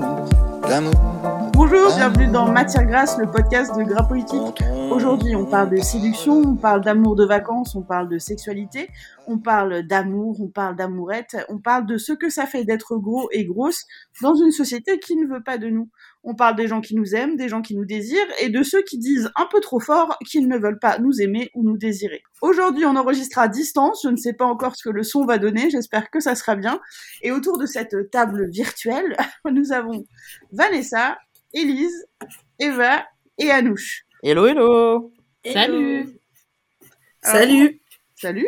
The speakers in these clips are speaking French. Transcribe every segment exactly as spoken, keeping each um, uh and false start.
d'amour, d'amour. Bonjour, bienvenue dans Matière Grasse, le podcast de Gras Politique. Aujourd'hui, on parle de séduction, on parle d'amour de vacances, on parle de sexualité, on parle d'amour, on parle d'amourette, on parle de ce que ça fait d'être gros et grosse dans une société qui ne veut pas de nous. On parle des gens qui nous aiment, des gens qui nous désirent, et de ceux qui disent un peu trop fort qu'ils ne veulent pas nous aimer ou nous désirer. Aujourd'hui, on enregistre à distance, je ne sais pas encore ce que le son va donner, j'espère que ça sera bien. Et autour de cette table virtuelle, nous avons Vanessa, Élise, Eva et Anouche. Hello, hello. Salut. Alors, Salut. Salut.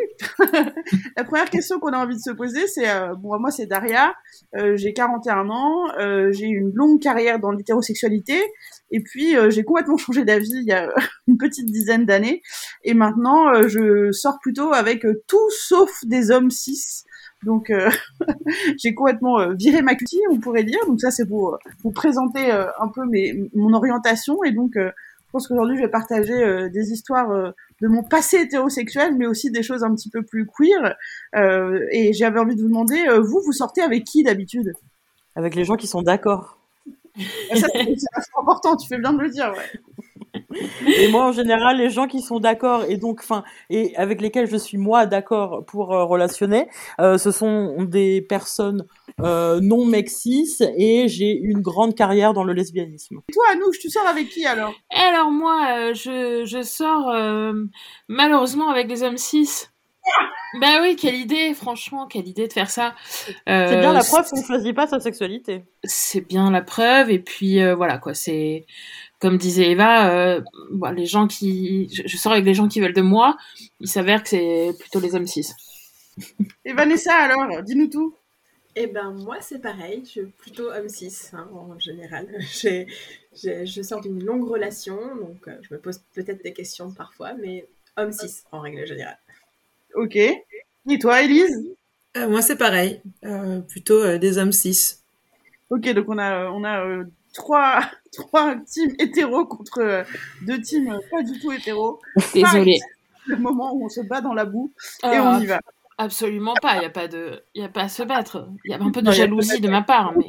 La première question qu'on a envie de se poser, c'est euh, bon, moi c'est Daria, euh, j'ai quarante et un ans, euh, j'ai une longue carrière dans l'hétérosexualité, et puis euh, j'ai complètement changé d'avis il y a une petite dizaine d'années, et maintenant euh, je sors plutôt avec euh, tout sauf des hommes cis. Donc euh, j'ai complètement euh, viré ma cutie, on pourrait dire. Donc ça c'est pour euh, vous présenter euh, un peu mes, mon orientation, et donc euh, je pense qu'aujourd'hui je vais partager euh, des histoires euh, de mon passé hétérosexuel, mais aussi des choses un petit peu plus queer. Euh, et j'avais envie de vous demander, euh, vous, vous sortez avec qui d'habitude ? Avec les gens qui sont d'accord. Ça, c'est, c'est important, tu fais bien de le dire, ouais. Et moi, en général, les gens qui sont d'accord et donc, enfin, et avec lesquels je suis moi d'accord pour euh, relationner, euh, ce sont des personnes euh, non mecs cis et j'ai une grande carrière dans le lesbianisme. Et toi, Anouche, tu sors avec qui alors ? Alors moi, euh, je, je sors euh, malheureusement avec des hommes cis. Bah oui, quelle idée, franchement, quelle idée de faire ça. Euh, C'est bien la preuve qu'on ne choisit pas sa sexualité. C'est bien la preuve, et puis euh, voilà quoi, c'est... Comme disait Eva, euh, bon, les gens qui, je, je sors avec les gens qui veulent de moi. Il s'avère que c'est plutôt les hommes cis. Et Vanessa alors, dis-nous tout. Eh ben moi c'est pareil, je suis plutôt homme cis hein, en général. J'ai, j'ai, je sors d'une longue relation, donc euh, je me pose peut-être des questions parfois, mais homme cis en règle générale. Ok. Et toi, Élise ? Euh, moi, c'est pareil. Euh, plutôt euh, des hommes cis. Ok, donc on a, on a euh, trois, trois teams hétéros contre euh, deux teams euh, pas du tout hétéros. Désolée. Le moment où on se bat dans la boue Euh, et on y va. Absolument pas, il n'y a pas de, il y a pas à se battre. Il y a un peu de jalousie de ma part, mais...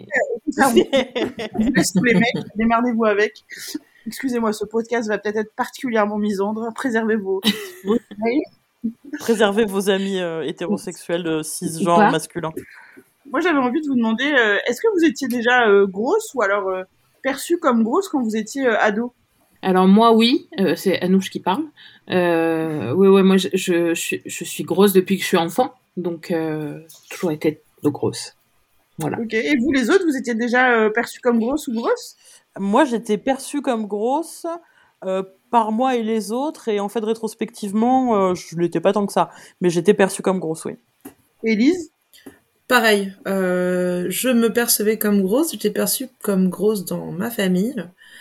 Je vous laisse tous les mecs, démerdez-vous avec. Excusez-moi, ce podcast va peut-être être particulièrement misandre. Préservez vos, vos oreilles. Préservez vos amis euh, hétérosexuels euh, cisgenres pas. masculins. Moi, j'avais envie de vous demander, euh, est-ce que vous étiez déjà euh, grosse ou alors euh, perçue comme grosse quand vous étiez euh, ado ? Alors moi, oui, euh, c'est Anouche qui parle. Euh, oui, ouais, moi, je, je, je, je suis grosse depuis que je suis enfant, donc euh, toujours été grosse. Voilà. Ok. Et vous, les autres, vous étiez déjà euh, perçues comme grosses ou grosses ? Moi, j'étais perçue comme grosse euh, par moi et les autres, et en fait, rétrospectivement, euh, je l'étais pas tant que ça, mais j'étais perçue comme grosse, oui. Élise ? Pareil, euh, je me percevais comme grosse, j'étais perçue comme grosse dans ma famille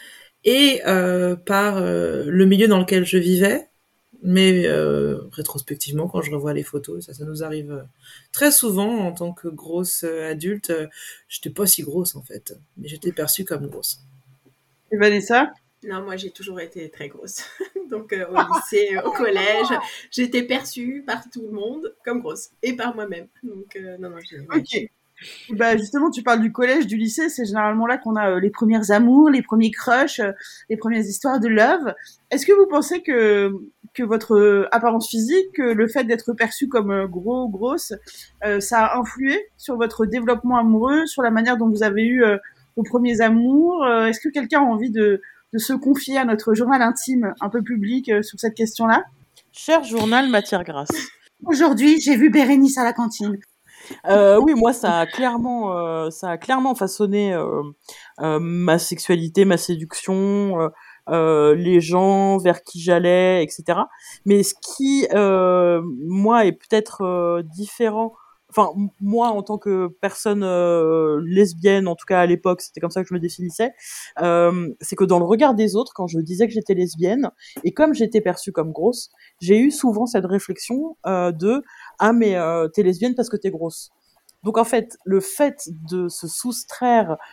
et euh, par euh, le milieu dans lequel je vivais. Mais euh, rétrospectivement, quand je revois les photos, ça, ça nous arrive euh, très souvent en tant que grosse euh, adulte. Euh, j'étais pas si grosse en fait, mais j'étais perçue comme grosse. Et Vanessa ? Non, moi j'ai toujours été très grosse. Donc euh, au lycée, au collège, j'étais perçue par tout le monde comme grosse et par moi-même. Donc euh, non, non, j'ai... Ok. Bah justement, tu parles du collège, du lycée, c'est généralement là qu'on a euh, les premiers amours, les premiers crushs, euh, les premières histoires de love. Est-ce que vous pensez que que votre euh, apparence physique, que le fait d'être perçu comme euh, gros, grosse, euh, ça a influé sur votre développement amoureux, sur la manière dont vous avez eu euh, vos premiers amours ? euh, Est-ce que quelqu'un a envie de de se confier à notre journal intime un peu public euh, sur cette question-là ? Cher journal Matière Grasse. Aujourd'hui, j'ai vu Bérénice à la cantine. Euh, oui, moi, ça a clairement, euh, ça a clairement façonné euh, euh, ma sexualité, ma séduction, euh, euh, les gens vers qui j'allais, et cetera. Mais ce qui, euh, moi, est peut-être euh, différent. Enfin, m- moi, en tant que personne euh, lesbienne, en tout cas à l'époque, c'était comme ça que je me définissais. Euh, c'est que dans le regard des autres, quand je disais que j'étais lesbienne, et comme j'étais perçue comme grosse, j'ai eu souvent cette réflexion euh, de ah mais euh, t'es lesbienne parce que t'es grosse. Donc en fait, le fait de se soustraire euh,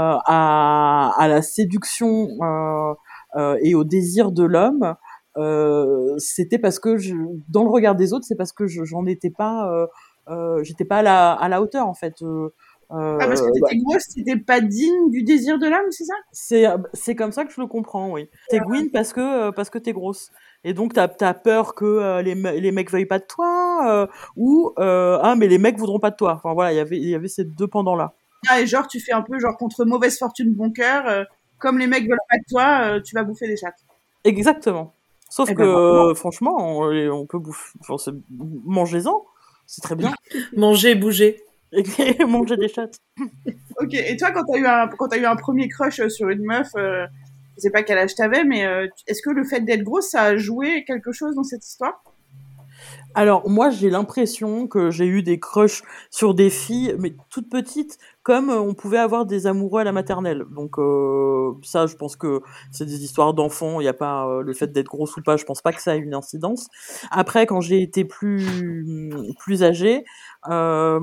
à, à la séduction euh, euh, et au désir de l'homme, euh, c'était parce que je, dans le regard des autres, c'est parce que je, j'en étais pas, euh, euh, j'étais pas à la, à la hauteur en fait. Euh, Euh, Ah, parce que bah, t'étais grosse, t'étais pas digne du désir de l'âme, c'est ça? c'est c'est comme ça que je le comprends, oui. T'es gouine parce que euh, parce que t'es grosse. Et donc t'as t'as peur que euh, les me- les mecs veuillent pas de toi euh, ou euh, ah mais les mecs voudront pas de toi. Enfin voilà, il y avait il y avait ces deux pendants là. Ah, et genre, tu fais un peu genre contre mauvaise fortune, bon cœur. euh, comme les mecs veulent pas de toi, euh, tu vas bouffer des chattes. Exactement. Sauf Eh que ben, bravo. euh, franchement, on, on peut bouffer, enfin, c'est- mangez-en, c'est très bien. Manger, bouger. Et manger des chattes. Ok. Et toi, quand t'as eu un, quand t'as eu un premier crush euh, sur une meuf, euh, je sais pas quel âge t'avais, mais euh, est-ce que le fait d'être grosse, ça a joué quelque chose dans cette histoire? Alors moi j'ai l'impression que j'ai eu des crushs sur des filles, mais toutes petites, comme euh, on pouvait avoir des amoureux à la maternelle. Donc euh, ça, je pense que c'est des histoires d'enfants. Il y a pas euh, le fait d'être grosse ou pas. Je pense pas que ça ait une incidence. Après, quand j'ai été plus plus âgée, euh,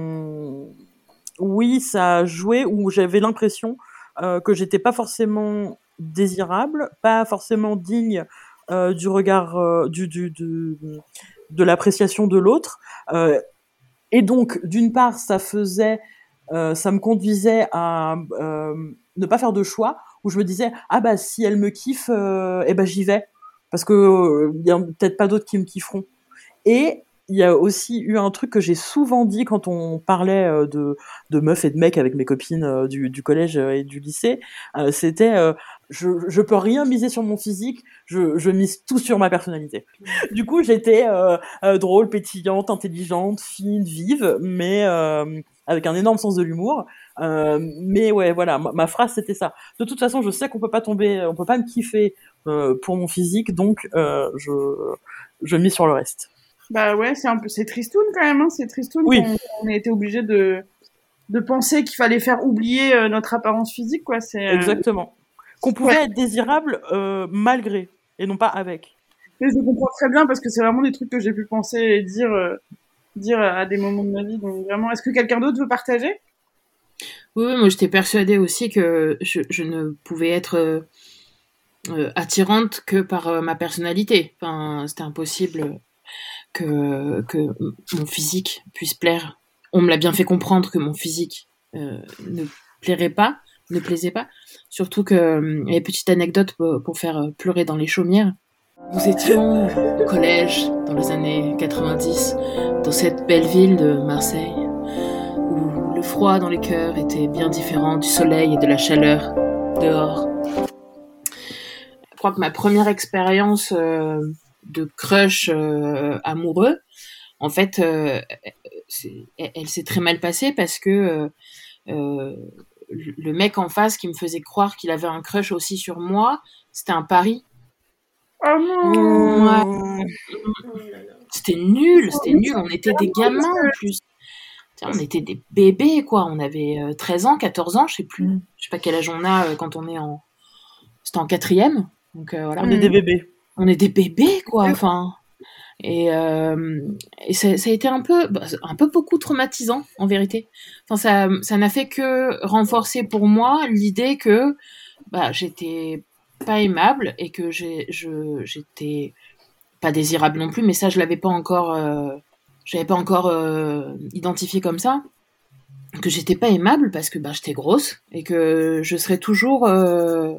oui, ça a joué. Où j'avais l'impression euh, que j'étais pas forcément désirable, pas forcément digne euh, du regard euh, du, du, du de l'appréciation de l'autre. Euh, et donc, d'une part, ça faisait, euh, ça me conduisait à euh, ne pas faire de choix, où je me disais, ah bah si elle me kiffe, euh, eh ben j'y vais, parce que euh, y a peut-être pas d'autres qui me kifferont. Et il y a aussi eu un truc que j'ai souvent dit quand on parlait euh, de, de meufs et de mecs avec mes copines euh, du, du collège et du lycée, euh, c'était euh, je, je peux rien miser sur mon physique, je, je mise tout sur ma personnalité. Du coup, j'étais euh, euh, drôle, pétillante, intelligente, fine, vive, mais euh, avec un énorme sens de l'humour. Euh, mais ouais, voilà, ma, ma phrase c'était ça. De toute façon, je sais qu'on peut pas tomber, on peut pas me kiffer euh, pour mon physique, donc euh, je, je mise sur le reste. Bah ouais, c'est un peu, c'est tristoun quand même, hein. C'est tristoun Oui, qu'on qu'on ait été obligé de, de penser qu'il fallait faire oublier euh, notre apparence physique, quoi. C'est, euh, exactement. Qu'on ouais. pouvait être désirable euh, malgré, et non pas avec. Et je comprends très bien parce que c'est vraiment des trucs que j'ai pu penser et dire, euh, dire à des moments de ma vie. Donc vraiment, est-ce que quelqu'un d'autre veut partager? Oui, oui, moi j'étais persuadée aussi que je, je ne pouvais être euh, euh, attirante que par euh, ma personnalité. Enfin, c'était impossible que, que mon physique puisse plaire. On me l'a bien fait comprendre que mon physique euh, ne plairait pas, ne plaisait pas. Surtout que, euh, et petite anecdote pour, pour faire pleurer dans les chaumières. Nous étions au collège dans les années quatre-vingt-dix, dans cette belle ville de Marseille, où le froid dans les cœurs était bien différent du soleil et de la chaleur dehors. Je crois que ma première expérience euh, de crush euh, amoureux, en fait, euh, c'est, elle, elle s'est très mal passée parce que euh, euh, le mec en face qui me faisait croire qu'il avait un crush aussi sur moi, c'était un pari. Oh non! Ouais. Oh là là. C'était nul, c'était nul. On était des gamins en plus. Tiens, on était des bébés, quoi. On avait euh, treize ans, quatorze ans, je sais plus. Mm. Je sais pas quel âge on a euh, quand on est en... C'était en quatrième. Donc euh, voilà. On est des bébés. On est des bébés, quoi. Enfin... Et, euh, et ça, ça a été un peu, bah, un peu beaucoup traumatisant, en vérité. Enfin, ça, ça n'a fait que renforcer pour moi l'idée que bah, j'étais pas aimable et que j'ai, je, j'étais pas désirable non plus, mais ça, je l'avais pas encore, euh, j'avais pas encore euh, identifié comme ça. Que j'étais pas aimable parce que bah, j'étais grosse et que je serais toujours euh,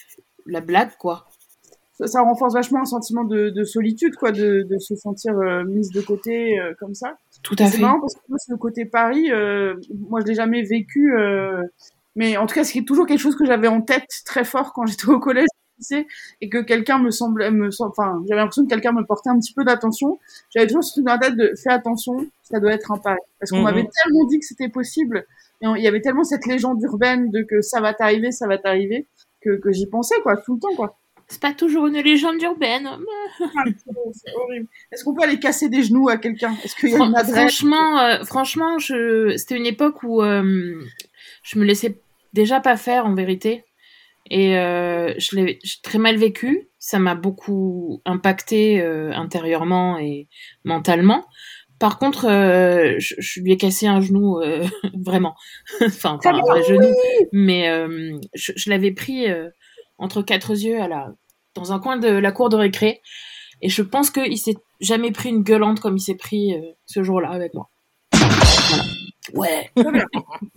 la blague, quoi. Ça, ça renforce vachement un sentiment de, de solitude, quoi, de, de se sentir euh, mise de côté euh, comme ça. Tout Et à c'est fait. marrant parce que moi, le côté Paris, euh, moi, je l'ai jamais vécu, euh, mais en tout cas, c'est toujours quelque chose que j'avais en tête très fort quand j'étais au collège, au lycée, et que quelqu'un me semblait, me, sem- enfin, j'avais l'impression que quelqu'un me portait un petit peu d'attention. J'avais toujours ce truc dans la tête de fais attention, ça doit être un Paris, parce qu'on Mhm. m'avait tellement dit que c'était possible, et on- il y avait tellement cette légende urbaine de que ça va t'arriver, ça va t'arriver, que, que j'y pensais, quoi, tout le temps, quoi. C'est pas toujours une légende urbaine. Ah, c'est c'est horrible. Est-ce qu'on peut aller casser des genoux à quelqu'un? Est-ce qu'il y a Fran- une adresse? franchement, euh, franchement, je... c'était une époque où euh, je me laissais déjà pas faire en vérité. Et euh, je l'ai j'ai très mal vécu. Ça m'a beaucoup impacté euh, intérieurement et mentalement. Par contre, euh, je, je lui ai cassé un genou, euh, vraiment. Enfin, pas un vrai genou. Mais euh, je, je l'avais pris euh, entre quatre yeux à la, dans un coin de la cour de récré. Et je pense qu'il s'est jamais pris une gueulante comme il s'est pris euh, ce jour-là avec moi. Voilà. Ouais. Très bien.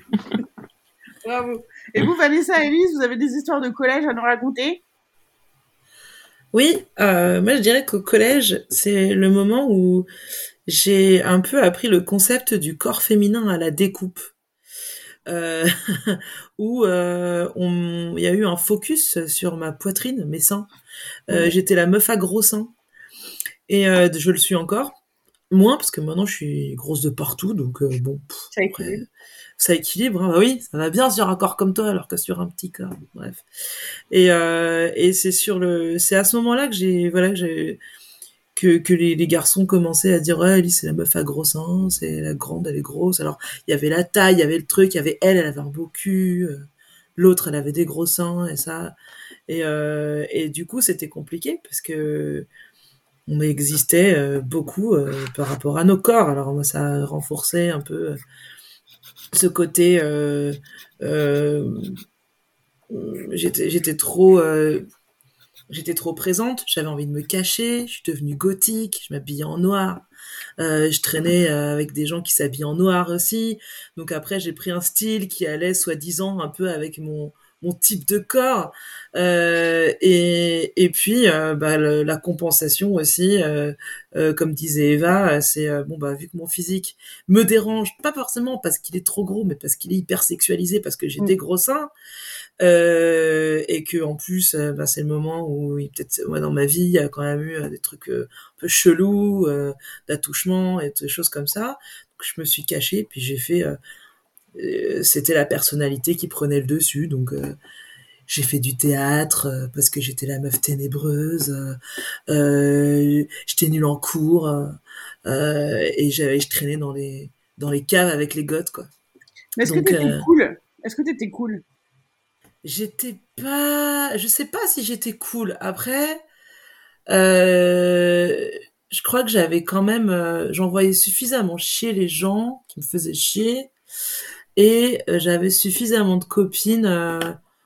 Bravo. Et vous, Vanessa, Élise, vous avez des histoires de collège à nous raconter? Oui, euh, moi je dirais qu'au collège, c'est le moment où j'ai un peu appris le concept du corps féminin à la découpe. Euh, où euh, on, il y a eu un focus sur ma poitrine, mes seins. Euh, j'étais la meuf à gros seins. Et euh, je le suis encore. Moins, parce que maintenant je suis grosse de partout, donc euh, bon. Pff, Ça équilibre. après, ça équilibre, hein, bah oui, ça va bien sur un corps comme toi, alors que sur un petit corps. Bref. Et, euh, et c'est sur le, c'est à ce moment-là que j'ai, voilà, que j'ai, que, que les, les garçons commençaient à dire, ouais, Alice, c'est la meuf à gros seins, c'est la grande, elle est grosse. Alors, il y avait la taille, il y avait le truc, il y avait elle, elle avait un beau cul, euh, l'autre, elle avait des gros seins, et ça. Et, euh, et du coup, c'était compliqué, parce que on existait euh, beaucoup euh, par rapport à nos corps. Alors, moi, ça a renforcé un peu euh, ce côté, euh, euh, j'étais, j'étais trop, euh, j'étais trop présente, j'avais envie de me cacher, je suis devenue gothique, je m'habillais en noir, euh, je traînais euh, avec des gens qui s'habillent en noir aussi, donc après j'ai pris un style qui allait soi-disant un peu avec mon mon type de corps, euh, et et puis euh, bah le, la compensation aussi, euh, euh, comme disait Eva, c'est euh, bon bah vu que mon physique me dérange, pas forcément parce qu'il est trop gros, mais parce qu'il est hyper sexualisé, parce que j'ai des gros seins. Euh, et que en plus euh, bah, c'est le moment où il, peut-être ouais, dans ma vie il y a quand même eu euh, des trucs euh, un peu chelous, euh, d'attouchement et des choses comme ça, donc je me suis cachée, puis j'ai fait euh, euh, c'était la personnalité qui prenait le dessus, donc euh, j'ai fait du théâtre euh, parce que j'étais la meuf ténébreuse, euh, euh, j'étais nulle en cours, euh, et j'avais je traînais dans les dans les caves avec les goths, quoi. Mais est-ce donc, que t'étais euh, cool? Est-ce que t'étais cool? J'étais pas, je sais pas si j'étais cool. Après, euh, je crois que j'avais quand même, euh, j'envoyais suffisamment chier les gens qui me faisaient chier, et euh, j'avais suffisamment de copines euh,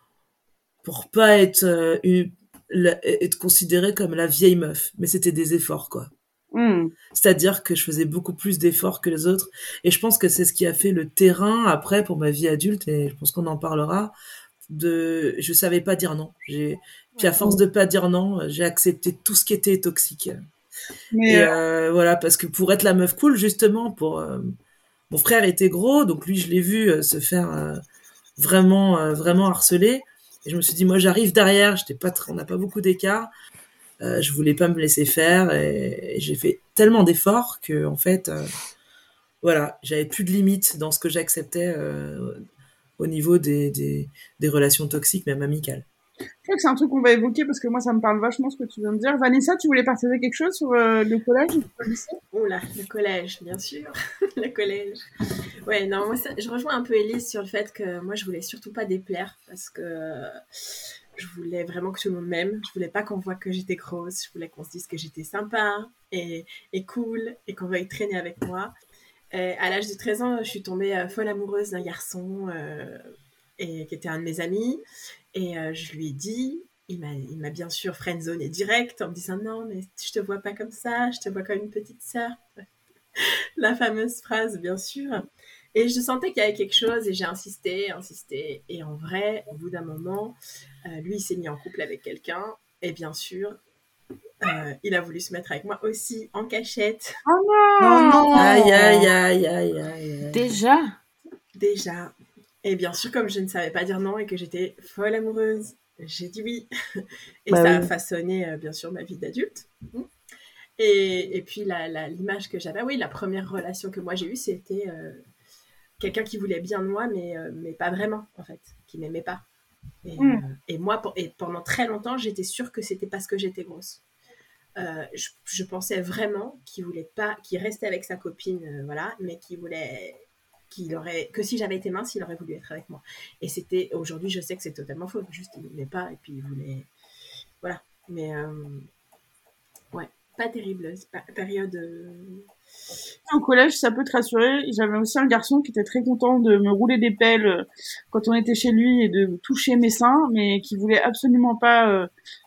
pour pas être euh, une, la- être considérée comme la vieille meuf. Mais c'était des efforts, quoi. Mmh. C'est-à-dire que je faisais beaucoup plus d'efforts que les autres, et je pense que c'est ce qui a fait le terrain après pour ma vie adulte, et je pense qu'on en parlera. De, je savais pas dire non. J'ai, puis à force de pas dire non, j'ai accepté tout ce qui était toxique. Mais Et euh, euh, voilà, parce que pour être la meuf cool, justement, pour euh, mon frère était gros, donc lui, je l'ai vu euh, se faire euh, vraiment, euh, vraiment harceler. Et je me suis dit, moi, j'arrive derrière. J'étais pas, très, on n'a pas beaucoup d'écart. Euh, je voulais pas me laisser faire, et, et j'ai fait tellement d'efforts que, en fait, euh, voilà, j'avais plus de limites dans ce que j'acceptais. Euh, au niveau des, des, des relations toxiques, même amicales. je crois que c'est un truc qu'on va évoquer parce que moi, ça me parle vachement ce que tu viens de dire. Vanessa, tu voulais partager quelque chose sur euh, le collège ou le lycée? Oh là, le collège, bien sûr. Le collège. Ouais, non, moi, ça, je rejoins un peu Élise sur le fait que moi, je voulais surtout pas déplaire parce que euh, je voulais vraiment que tout le monde m'aime. Je voulais pas qu'on voit que j'étais grosse. Je voulais qu'on se dise que j'étais sympa et, et cool et qu'on veuille traîner avec moi. Et à l'âge de treize ans, je suis tombée euh, folle amoureuse d'un garçon euh, et, qui était un de mes amis. Et euh, je lui ai dit, il m'a, il m'a bien sûr friendzoné direct en me disant non, mais je te vois pas comme ça, je te vois comme une petite sœur. La fameuse phrase, bien sûr. Et je sentais qu'il y avait quelque chose et j'ai insisté, insisté. Et en vrai, au bout d'un moment, euh, lui, il s'est mis en couple avec quelqu'un. Et bien sûr, euh, il a voulu se mettre avec moi aussi en cachette. Oh non! non Aïe, aïe, aïe, aïe, aïe. Déjà? Déjà. Et bien sûr, comme je ne savais pas dire non et que j'étais folle amoureuse, j'ai dit oui. Et Bah ça oui. a façonné, euh, bien sûr, ma vie d'adulte. Et, et puis, la, la, l'image que j'avais, oui, la première relation que moi j'ai eue, c'était euh, quelqu'un qui voulait bien de moi, mais, euh, mais pas vraiment, en fait, qui m'aimait pas. Et, Mm. euh, et moi, pour, et pendant très longtemps, j'étais sûre que c'était parce que j'étais grosse. Euh, je, je pensais vraiment qu'il voulait pas, qu'il restait avec sa copine, euh, voilà, mais qu'il voulait, qu'il aurait, que si j'avais été mince, il aurait voulu être avec moi. Et c'était, aujourd'hui, je sais que c'est totalement faux. Juste, il voulait pas, et puis il voulait, voilà. Mais euh, ouais, pas terrible, c'est pas période. Euh... Au collège, ça peut te rassurer. J'avais aussi un garçon qui était très content de me rouler des pelles euh, quand on était chez lui et de toucher mes seins, mais qui voulait absolument pas euh,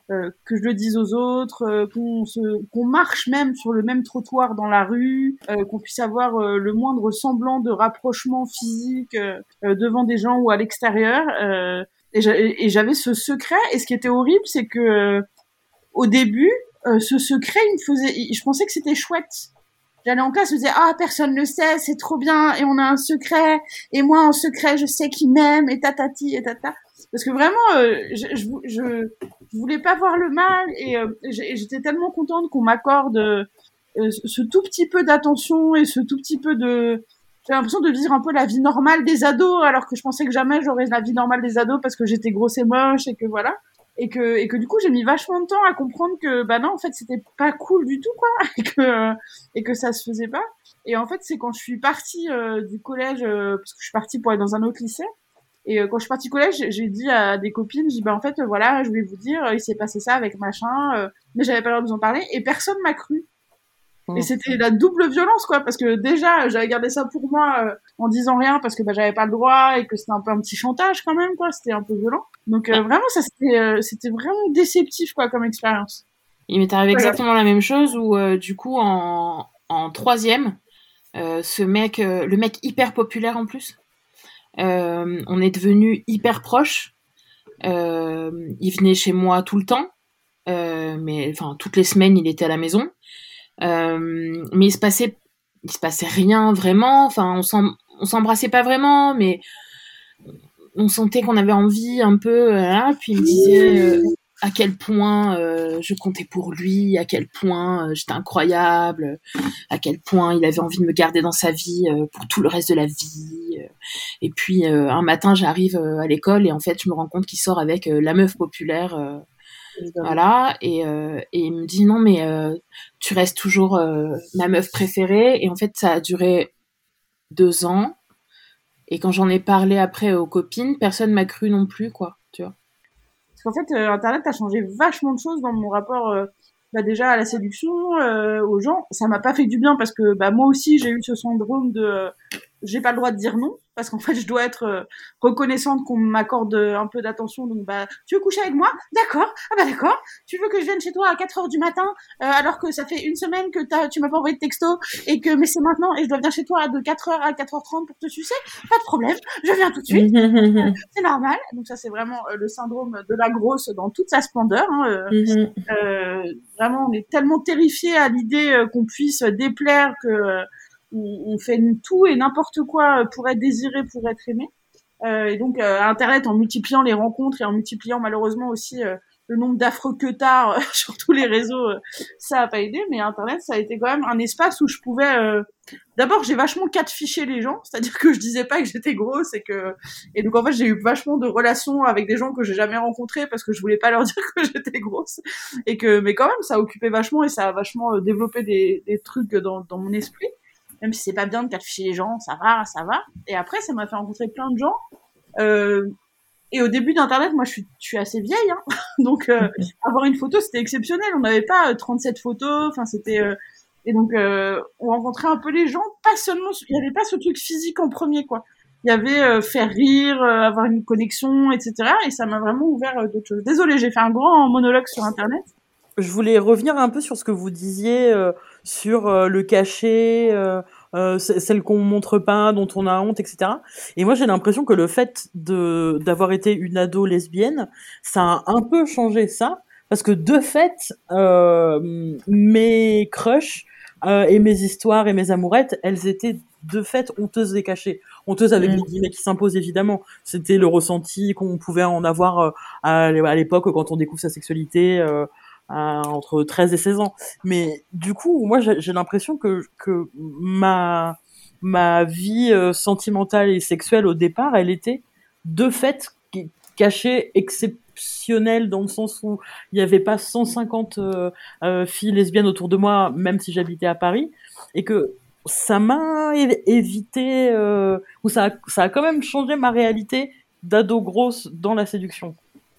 euh, que je le dise aux autres, euh, qu'on se, qu'on marche même sur le même trottoir dans la rue, euh, qu'on puisse avoir euh, le moindre semblant de rapprochement physique euh, euh, devant des gens ou à l'extérieur. Euh, et, j'a- et j'avais ce secret. Et ce qui était horrible, c'est que euh, au début, euh, ce secret, il me faisait, je pensais que c'était chouette. J'allais en classe, je me disais, ah, personne le sait, c'est trop bien, et on a un secret, et moi, en secret, je sais qu'il m'aime, et tatati, et tata. Parce que vraiment, euh, je, je, je, je voulais pas voir le mal, et, euh, et j'étais tellement contente qu'on m'accorde euh, ce tout petit peu d'attention, et ce tout petit peu de... J'ai l'impression de vivre un peu la vie normale des ados, alors que je pensais que jamais j'aurais la vie normale des ados, parce que j'étais grosse et moche, et que voilà. Et que, et que du coup, j'ai mis vachement de temps à comprendre que, bah non, en fait, c'était pas cool du tout, quoi, et que, et que ça se faisait pas. Et en fait, c'est quand je suis partie euh, du collège, euh, parce que je suis partie pour aller dans un autre lycée, et euh, quand je suis partie du collège, j'ai, j'ai dit à des copines, j'ai dit, bah en fait, euh, voilà, je vais vous dire, euh, il s'est passé ça avec machin, euh, mais j'avais pas le droit de vous en parler, et personne m'a cru. Et c'était la double violence, quoi, parce que déjà, j'avais gardé ça pour moi euh, en disant rien, parce que bah, j'avais pas le droit, et que c'était un peu un petit chantage quand même, quoi, c'était un peu violent. Donc euh, vraiment, ça c'était, euh, c'était vraiment déceptif, quoi, comme expérience. Il m'est arrivé Voilà. exactement la même chose où, euh, du coup, en, en troisième, euh, ce mec, euh, le mec hyper populaire en plus, euh, on est devenus hyper proches. Euh, il venait chez moi tout le temps, euh, mais enfin toutes les semaines, il était à la maison. Euh, mais il se passait, il se passait rien vraiment. Enfin, on s'em, on s'embrassait pas vraiment, mais on sentait qu'on avait envie un peu. Hein, puis il me disait euh, à quel point euh, je comptais pour lui, à quel point euh, j'étais incroyable, à quel point il avait envie de me garder dans sa vie euh, pour tout le reste de la vie. Et puis euh, un matin, j'arrive euh, à l'école et en fait, je me rends compte qu'il sort avec euh, la meuf populaire. Euh, Voilà, et, euh, et il me dit non mais euh, tu restes toujours euh, ma meuf préférée, et en fait ça a duré deux ans, et quand j'en ai parlé après aux copines, personne m'a cru non plus, quoi, tu vois. Parce qu'en fait, euh, Internet a changé vachement de choses dans mon rapport, euh, bah déjà à la séduction, euh, aux gens. Ça m'a pas fait du bien parce que bah moi aussi j'ai eu ce syndrome de euh, j'ai pas le droit de dire non, parce qu'en fait je dois être euh, reconnaissante qu'on m'accorde euh, un peu d'attention. Donc bah tu veux coucher avec moi? D'accord. Ah bah d'accord. Tu veux que je vienne chez toi à quatre heures du matin euh, alors que ça fait une semaine que t'as, tu m'as pas envoyé de texto, et que mais c'est maintenant et je dois venir chez toi de quatre heures à quatre heures trente pour te sucer? Pas de problème, je viens tout de suite. C'est normal. Donc ça c'est vraiment euh, le syndrome de la grosse dans toute sa splendeur. Hein, euh, Mhm. euh, vraiment, on est tellement terrifié à l'idée euh, qu'on puisse déplaire que euh, on, on fait tout et n'importe quoi pour être désiré, pour être aimé. Euh, et donc, euh, Internet, en multipliant les rencontres et en multipliant malheureusement aussi euh, le nombre d'affreux queutards euh, sur tous les réseaux, euh, ça a pas aidé. Mais Internet, ça a été quand même un espace où je pouvais... Euh... D'abord, j'ai vachement catfiché les gens, c'est-à-dire que je disais pas que j'étais grosse et que... Et donc, en fait, j'ai eu vachement de relations avec des gens que j'ai jamais rencontrés parce que je voulais pas leur dire que j'étais grosse. Et que... Mais quand même, ça a occupé vachement et ça a vachement euh, développé des, des trucs dans, dans mon esprit. Même si c'est pas bien de catficher les gens, ça va, ça va. Et après, ça m'a fait rencontrer plein de gens. Euh, et au début d'Internet, moi, je suis, je suis assez vieille, hein. Donc euh, avoir une photo, c'était exceptionnel. On n'avait pas euh, trente-sept photos. Enfin, c'était euh... et donc euh, on rencontrait un peu les gens. Pas seulement, il y avait pas ce truc physique en premier, quoi. Il y avait euh, faire rire, euh, avoir une connexion, et cetera. Et ça m'a vraiment ouvert euh, d'autres choses. Désolée, j'ai fait un grand monologue sur Internet. Je voulais revenir un peu sur ce que vous disiez euh, sur euh, le cachet, euh, euh, celle qu'on montre pas, dont on a honte, et cetera. Et moi, j'ai l'impression que le fait de d'avoir été une ado lesbienne, ça a un peu changé ça, parce que de fait, euh, mes crushs euh, et mes histoires et mes amourettes, elles étaient de fait honteuses et cachées. Honteuses avec Mmh. des guillemets qui s'imposent évidemment. C'était le ressenti qu'on pouvait en avoir euh, à l'époque quand on découvre sa sexualité. Euh, à, entre treize et seize ans. Mais du coup, moi, j'ai, j'ai l'impression que, que ma, ma vie euh, sentimentale et sexuelle au départ, elle était de fait cachée, exceptionnelle, dans le sens où il n'y avait pas cent cinquante euh, euh, filles lesbiennes autour de moi, même si j'habitais à Paris, et que ça m'a évité, euh, ou ça a, ça a quand même changé ma réalité d'ado grosse dans la séduction.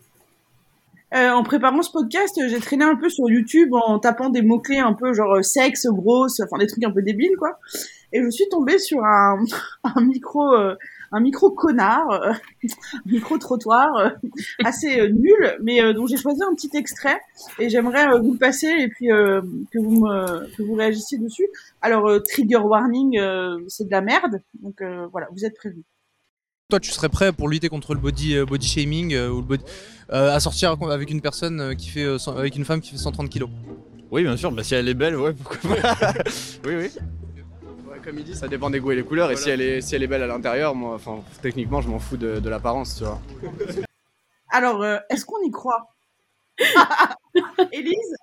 Euh, en préparant ce podcast, j'ai traîné un peu sur YouTube en tapant des mots-clés un peu genre sexe, grosse, enfin des trucs un peu débiles, quoi. Et je suis tombée sur un, un micro, euh, un micro connard, euh, un micro trottoir euh, assez euh, nul, mais euh, dont j'ai choisi un petit extrait et j'aimerais euh, vous le passer et puis euh, que vous me que vous réagissiez dessus. Alors euh, trigger warning, euh, c'est de la merde, donc euh, voilà, vous êtes prévenus. Toi, tu serais prêt pour lutter contre le body, euh, body shaming euh, ou le body, euh, à sortir avec une personne euh, qui fait, euh, avec une femme qui fait cent trente kilos? Oui, bien sûr, bah, si elle est belle, ouais, pourquoi pas. Oui, oui. Ouais, comme il dit, ça dépend des goûts et des couleurs, voilà. Et si elle est, si elle est belle à l'intérieur, moi, enfin, techniquement, je m'en fous de, de l'apparence, tu vois. Alors, euh, est-ce qu'on y croit? Élise?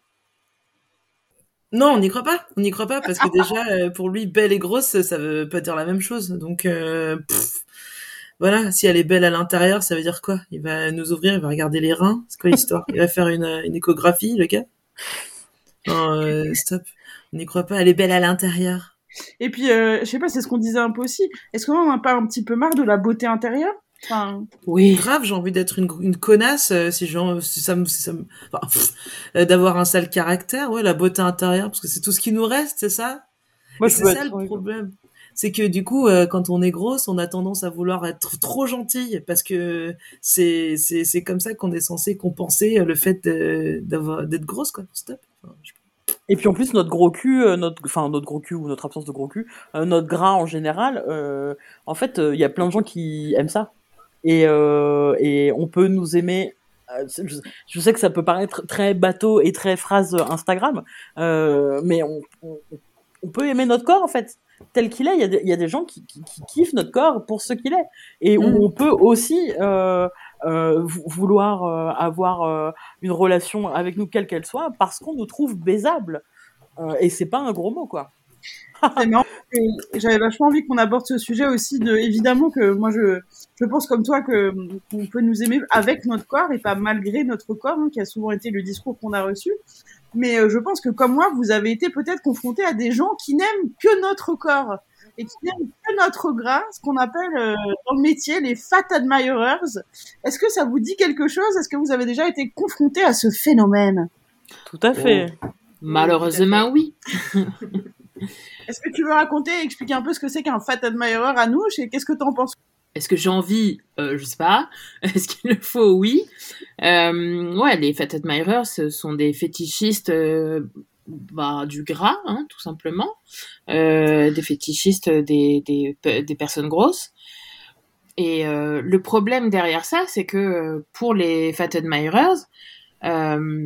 Non, on n'y croit pas. On n'y croit pas parce que déjà, euh, pour lui, belle et grosse, ça veut pas dire la même chose. Donc, euh, pff, voilà, si elle est belle à l'intérieur, ça veut dire quoi? Il va nous ouvrir, il va regarder les reins. C'est quoi l'histoire? Il va faire une, une échographie, le gars? Non, euh, stop. On n'y croit pas. Elle est belle à l'intérieur. Et puis, euh, je sais pas, c'est ce qu'on disait un peu aussi. Est-ce qu'on n'a pas un petit peu marre de la beauté intérieure? Enfin... Oui. Grave, j'ai envie d'être une, une connasse, euh, si, genre, si ça me, si ça me, enfin, pff, euh, d'avoir un sale caractère, ouais, la beauté intérieure, parce que c'est tout ce qui nous reste, c'est ça? Moi, c'est ça le problème. C'est que du coup, euh, quand on est grosse, on a tendance à vouloir être trop gentille, parce que c'est, c'est, c'est comme ça qu'on est censé compenser le fait de, d'avoir, d'être grosse, quoi. Stop. Enfin, je... Et puis en plus notre gros cul, euh, notre, enfin notre gros cul ou notre absence de gros cul, euh, notre gras en général, euh, en fait, il euh, y a plein de gens qui aiment ça. Et, euh, et on peut nous aimer. Euh, je, je sais que ça peut paraître très bateau et très phrase Instagram, euh, mais on, on, on peut aimer notre corps en fait tel qu'il est. Il y a des, il y a des gens qui, qui, qui kiffent notre corps pour ce qu'il est, et mmh. on peut aussi euh, euh, vouloir euh, avoir euh, une relation avec nous quelle qu'elle soit parce qu'on nous trouve baisable. Euh, et c'est pas un gros mot quoi. C'est marrant, j'avais vachement envie qu'on aborde ce sujet aussi de, évidemment que moi je, je pense comme toi que, qu'on peut nous aimer avec notre corps et pas malgré notre corps, hein, qui a souvent été le discours qu'on a reçu. Mais euh, je pense que comme moi, vous avez été peut-être confrontés à des gens qui n'aiment que notre corps et qui n'aiment que notre gras, ce qu'on appelle euh, dans le métier les fat admirers. Est-ce que ça vous dit quelque chose? Est-ce que vous avez déjà été confrontés à ce phénomène? Tout à fait. Oh. Malheureusement, oui. Est-ce que tu veux raconter et expliquer un peu ce que c'est qu'un fat admirer à nous? Qu'est-ce que t'en penses? Est-ce que j'ai envie? euh, Je sais pas. Est-ce qu'il le faut? Oui. Euh, ouais, les fat admirers, ce sont des fétichistes euh, bah, du gras, hein, tout simplement. Euh, des fétichistes des, des, des personnes grosses. Et euh, le problème derrière ça, c'est que pour les fat admirers, euh,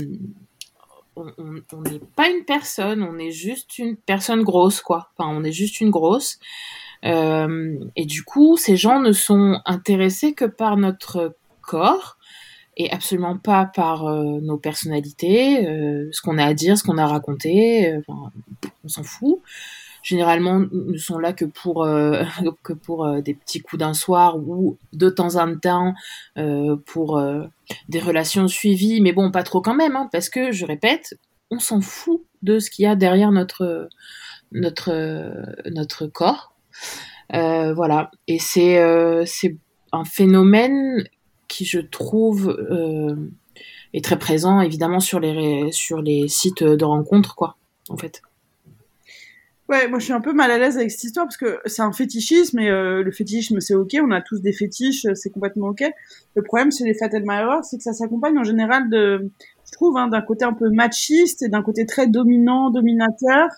on n'est pas une personne, on est juste une personne grosse, quoi. Enfin, on est juste une grosse. Euh, et du coup, ces gens ne sont intéressés que par notre corps et absolument pas par euh, nos personnalités, euh, ce qu'on a à dire, ce qu'on a à raconter. Euh, enfin, on s'en fout. Généralement, ils ne sont là que pour, euh, que pour euh, des petits coups d'un soir ou de temps en temps euh, pour euh, des relations suivies, mais bon, pas trop quand même, hein, parce que, je répète, on s'en fout de ce qu'il y a derrière notre, notre, euh, notre corps. Euh, voilà. Et c'est, euh, c'est un phénomène qui, je trouve, euh, est très présent, évidemment, sur les, sur les sites de rencontres, quoi, en fait. Ouais, moi je suis un peu mal à l'aise avec cette histoire parce que c'est un fétichisme et euh, le fétichisme c'est ok, on a tous des fétiches, c'est complètement ok. Le problème c'est les fat admirers, c'est que ça s'accompagne en général de, je trouve, hein, d'un côté un peu machiste et d'un côté très dominant, dominateur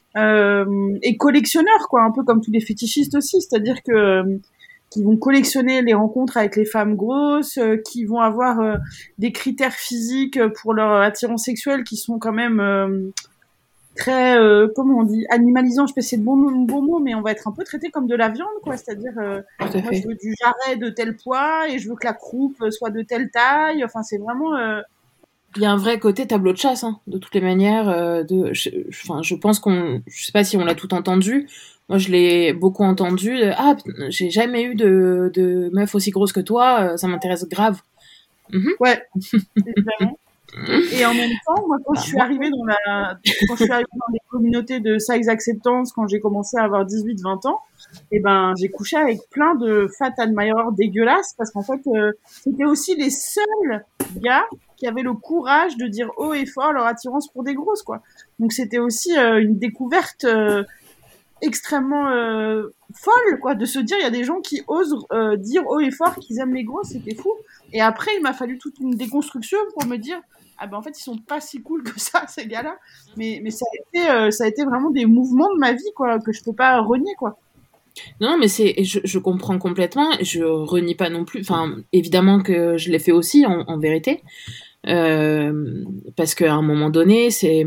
euh, et collectionneur quoi, un peu comme tous les fétichistes aussi, c'est-à-dire que euh, qui vont collectionner les rencontres avec les femmes grosses, euh, qui vont avoir euh, des critères physiques pour leur attirance sexuelle qui sont quand même euh, très, euh, comment on dit, animalisant, je sais pas si c'est le bon, le bon mot, mais on va être un peu traité comme de la viande, quoi. C'est-à-dire, euh, moi, je veux du jarret de tel poids et je veux que la croupe soit de telle taille. Enfin, c'est vraiment... Euh... Il y a un vrai côté tableau de chasse, hein, de toutes les manières. Euh, de, je, enfin, je pense qu'on... Je sais pas si on l'a tout entendu. Moi, je l'ai beaucoup entendu. De, ah, j'ai jamais eu de, de meuf aussi grosse que toi. Ça m'intéresse grave. Mm-hmm. Ouais, évidemment. Et en même temps, moi, quand bah, je suis arrivée dans la, quand je suis arrivée dans les communautés de size acceptance, quand j'ai commencé à avoir dix-huit vingt ans, et ben, j'ai couché avec plein de fat admirers dégueulasses parce qu'en fait, euh, c'était aussi les seuls gars qui avaient le courage de dire haut et fort leur attirance pour des grosses, quoi. Donc, c'était aussi euh, une découverte, euh, extrêmement euh, folle, quoi, de se dire il y a des gens qui osent euh, dire haut et fort qu'ils aiment les gros, c'était fou. Et après, il m'a fallu toute une déconstruction pour me dire ah ben en fait ils sont pas si cool que ça ces gars-là. Mais mais ça a été euh, ça a été vraiment des mouvements de ma vie, quoi, que je peux pas renier, quoi. Non, mais c'est, je, je comprends complètement. Je renie pas non plus. Enfin, évidemment que je l'ai fait aussi, en, en vérité, euh, parce qu'à un moment donné, c'est,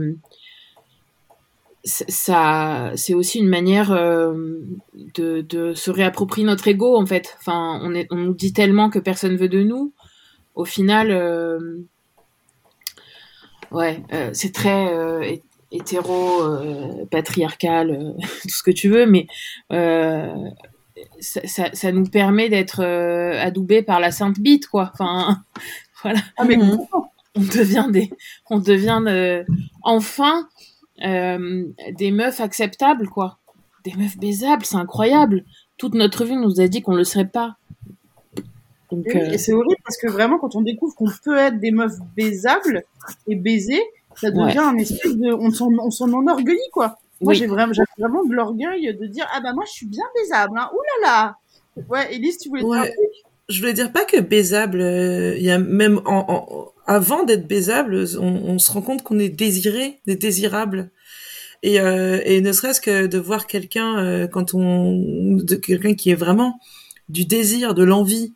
c'est ça, c'est aussi une manière euh, de, de se réapproprier notre ego, en fait. Enfin, on est, on nous dit tellement que personne veut de nous. Au final, euh, ouais, euh, c'est très euh, hétéro, euh, patriarcal, euh, tout ce que tu veux, mais euh, ça, ça, ça nous permet d'être euh, adoubés par la sainte bite, quoi. Enfin, voilà. Ah mais on, on devient des, on devient euh, enfin euh, des meufs acceptables, quoi. Des meufs baisables, c'est incroyable. Toute notre vie, on nous a dit qu'on le serait pas. Donc, et, oui, euh... et c'est horrible parce que vraiment, quand on découvre qu'on peut être des meufs baisables et baiser, ça devient ouais. un espèce de, on s'en, on s'en enorgueillit, quoi. Moi, oui. j'ai vraiment, j'ai vraiment de l'orgueil de dire, ah bah moi, je suis bien baisable, hein. Ouh là là. Ouais, Élise, tu voulais ouais. dire un truc? Je voulais dire pas que baisable, il euh, y a même en, en, avant d'être baisable, on, on se rend compte qu'on est désiré, des désirables. Et, euh, et ne serait-ce que de voir quelqu'un euh, quand on, de quelqu'un qui est vraiment du désir, de l'envie.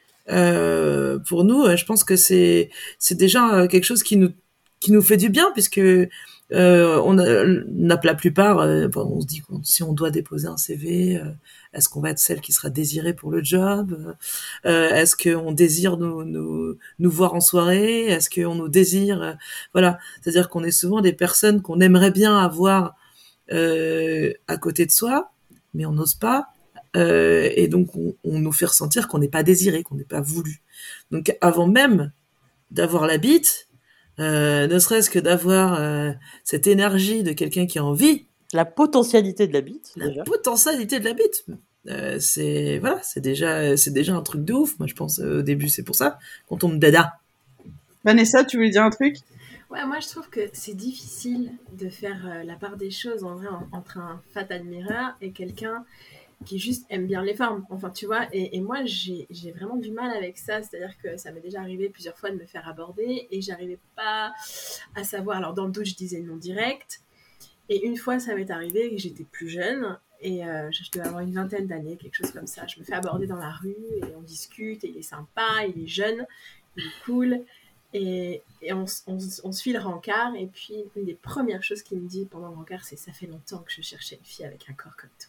Euh, pour nous, je pense que c'est c'est déjà quelque chose qui nous qui nous fait du bien puisque euh, on a, la plupart, euh, on se dit que si on doit déposer un C V, euh, est-ce qu'on va être celle qui sera désirée pour le job? euh, Est-ce qu'on désire nous, nous, nous voir en soirée? Est-ce qu'on nous désire euh, Voilà, c'est-à-dire qu'on est souvent des personnes qu'on aimerait bien avoir euh, à côté de soi, mais on n'ose pas. Euh, et donc, on, on nous fait ressentir qu'on n'est pas désiré, qu'on n'est pas voulu. Donc, avant même d'avoir la bite, Euh, ne serait-ce que d'avoir euh, cette énergie de quelqu'un qui a envie, la potentialité de la bite, la déjà. potentialité de la bite, euh, c'est voilà, c'est déjà c'est déjà un truc de ouf. Moi, je pense euh, au début, c'est pour ça qu'on tombe dada. Vanessa, tu voulais dire un truc? Ouais, moi je trouve que c'est difficile de faire euh, la part des choses en vrai en, entre un fat admirer et quelqu'un qui juste aime bien les formes, enfin tu vois, et, et moi j'ai, j'ai vraiment du mal avec ça, c'est-à-dire que ça m'est déjà arrivé plusieurs fois de me faire aborder et j'arrivais pas à savoir, alors dans le doute je disais non direct, et une fois ça m'est arrivé que j'étais plus jeune, et euh, je devais avoir une vingtaine d'années, quelque chose comme ça, je me fais aborder dans la rue, et on discute, et il est sympa, il est jeune, il est cool, et, et on, on, on se file le rencard, et puis une des premières choses qu'il me dit pendant le rencard, c'est « ça fait longtemps que je cherchais une fille avec un corps comme toi ».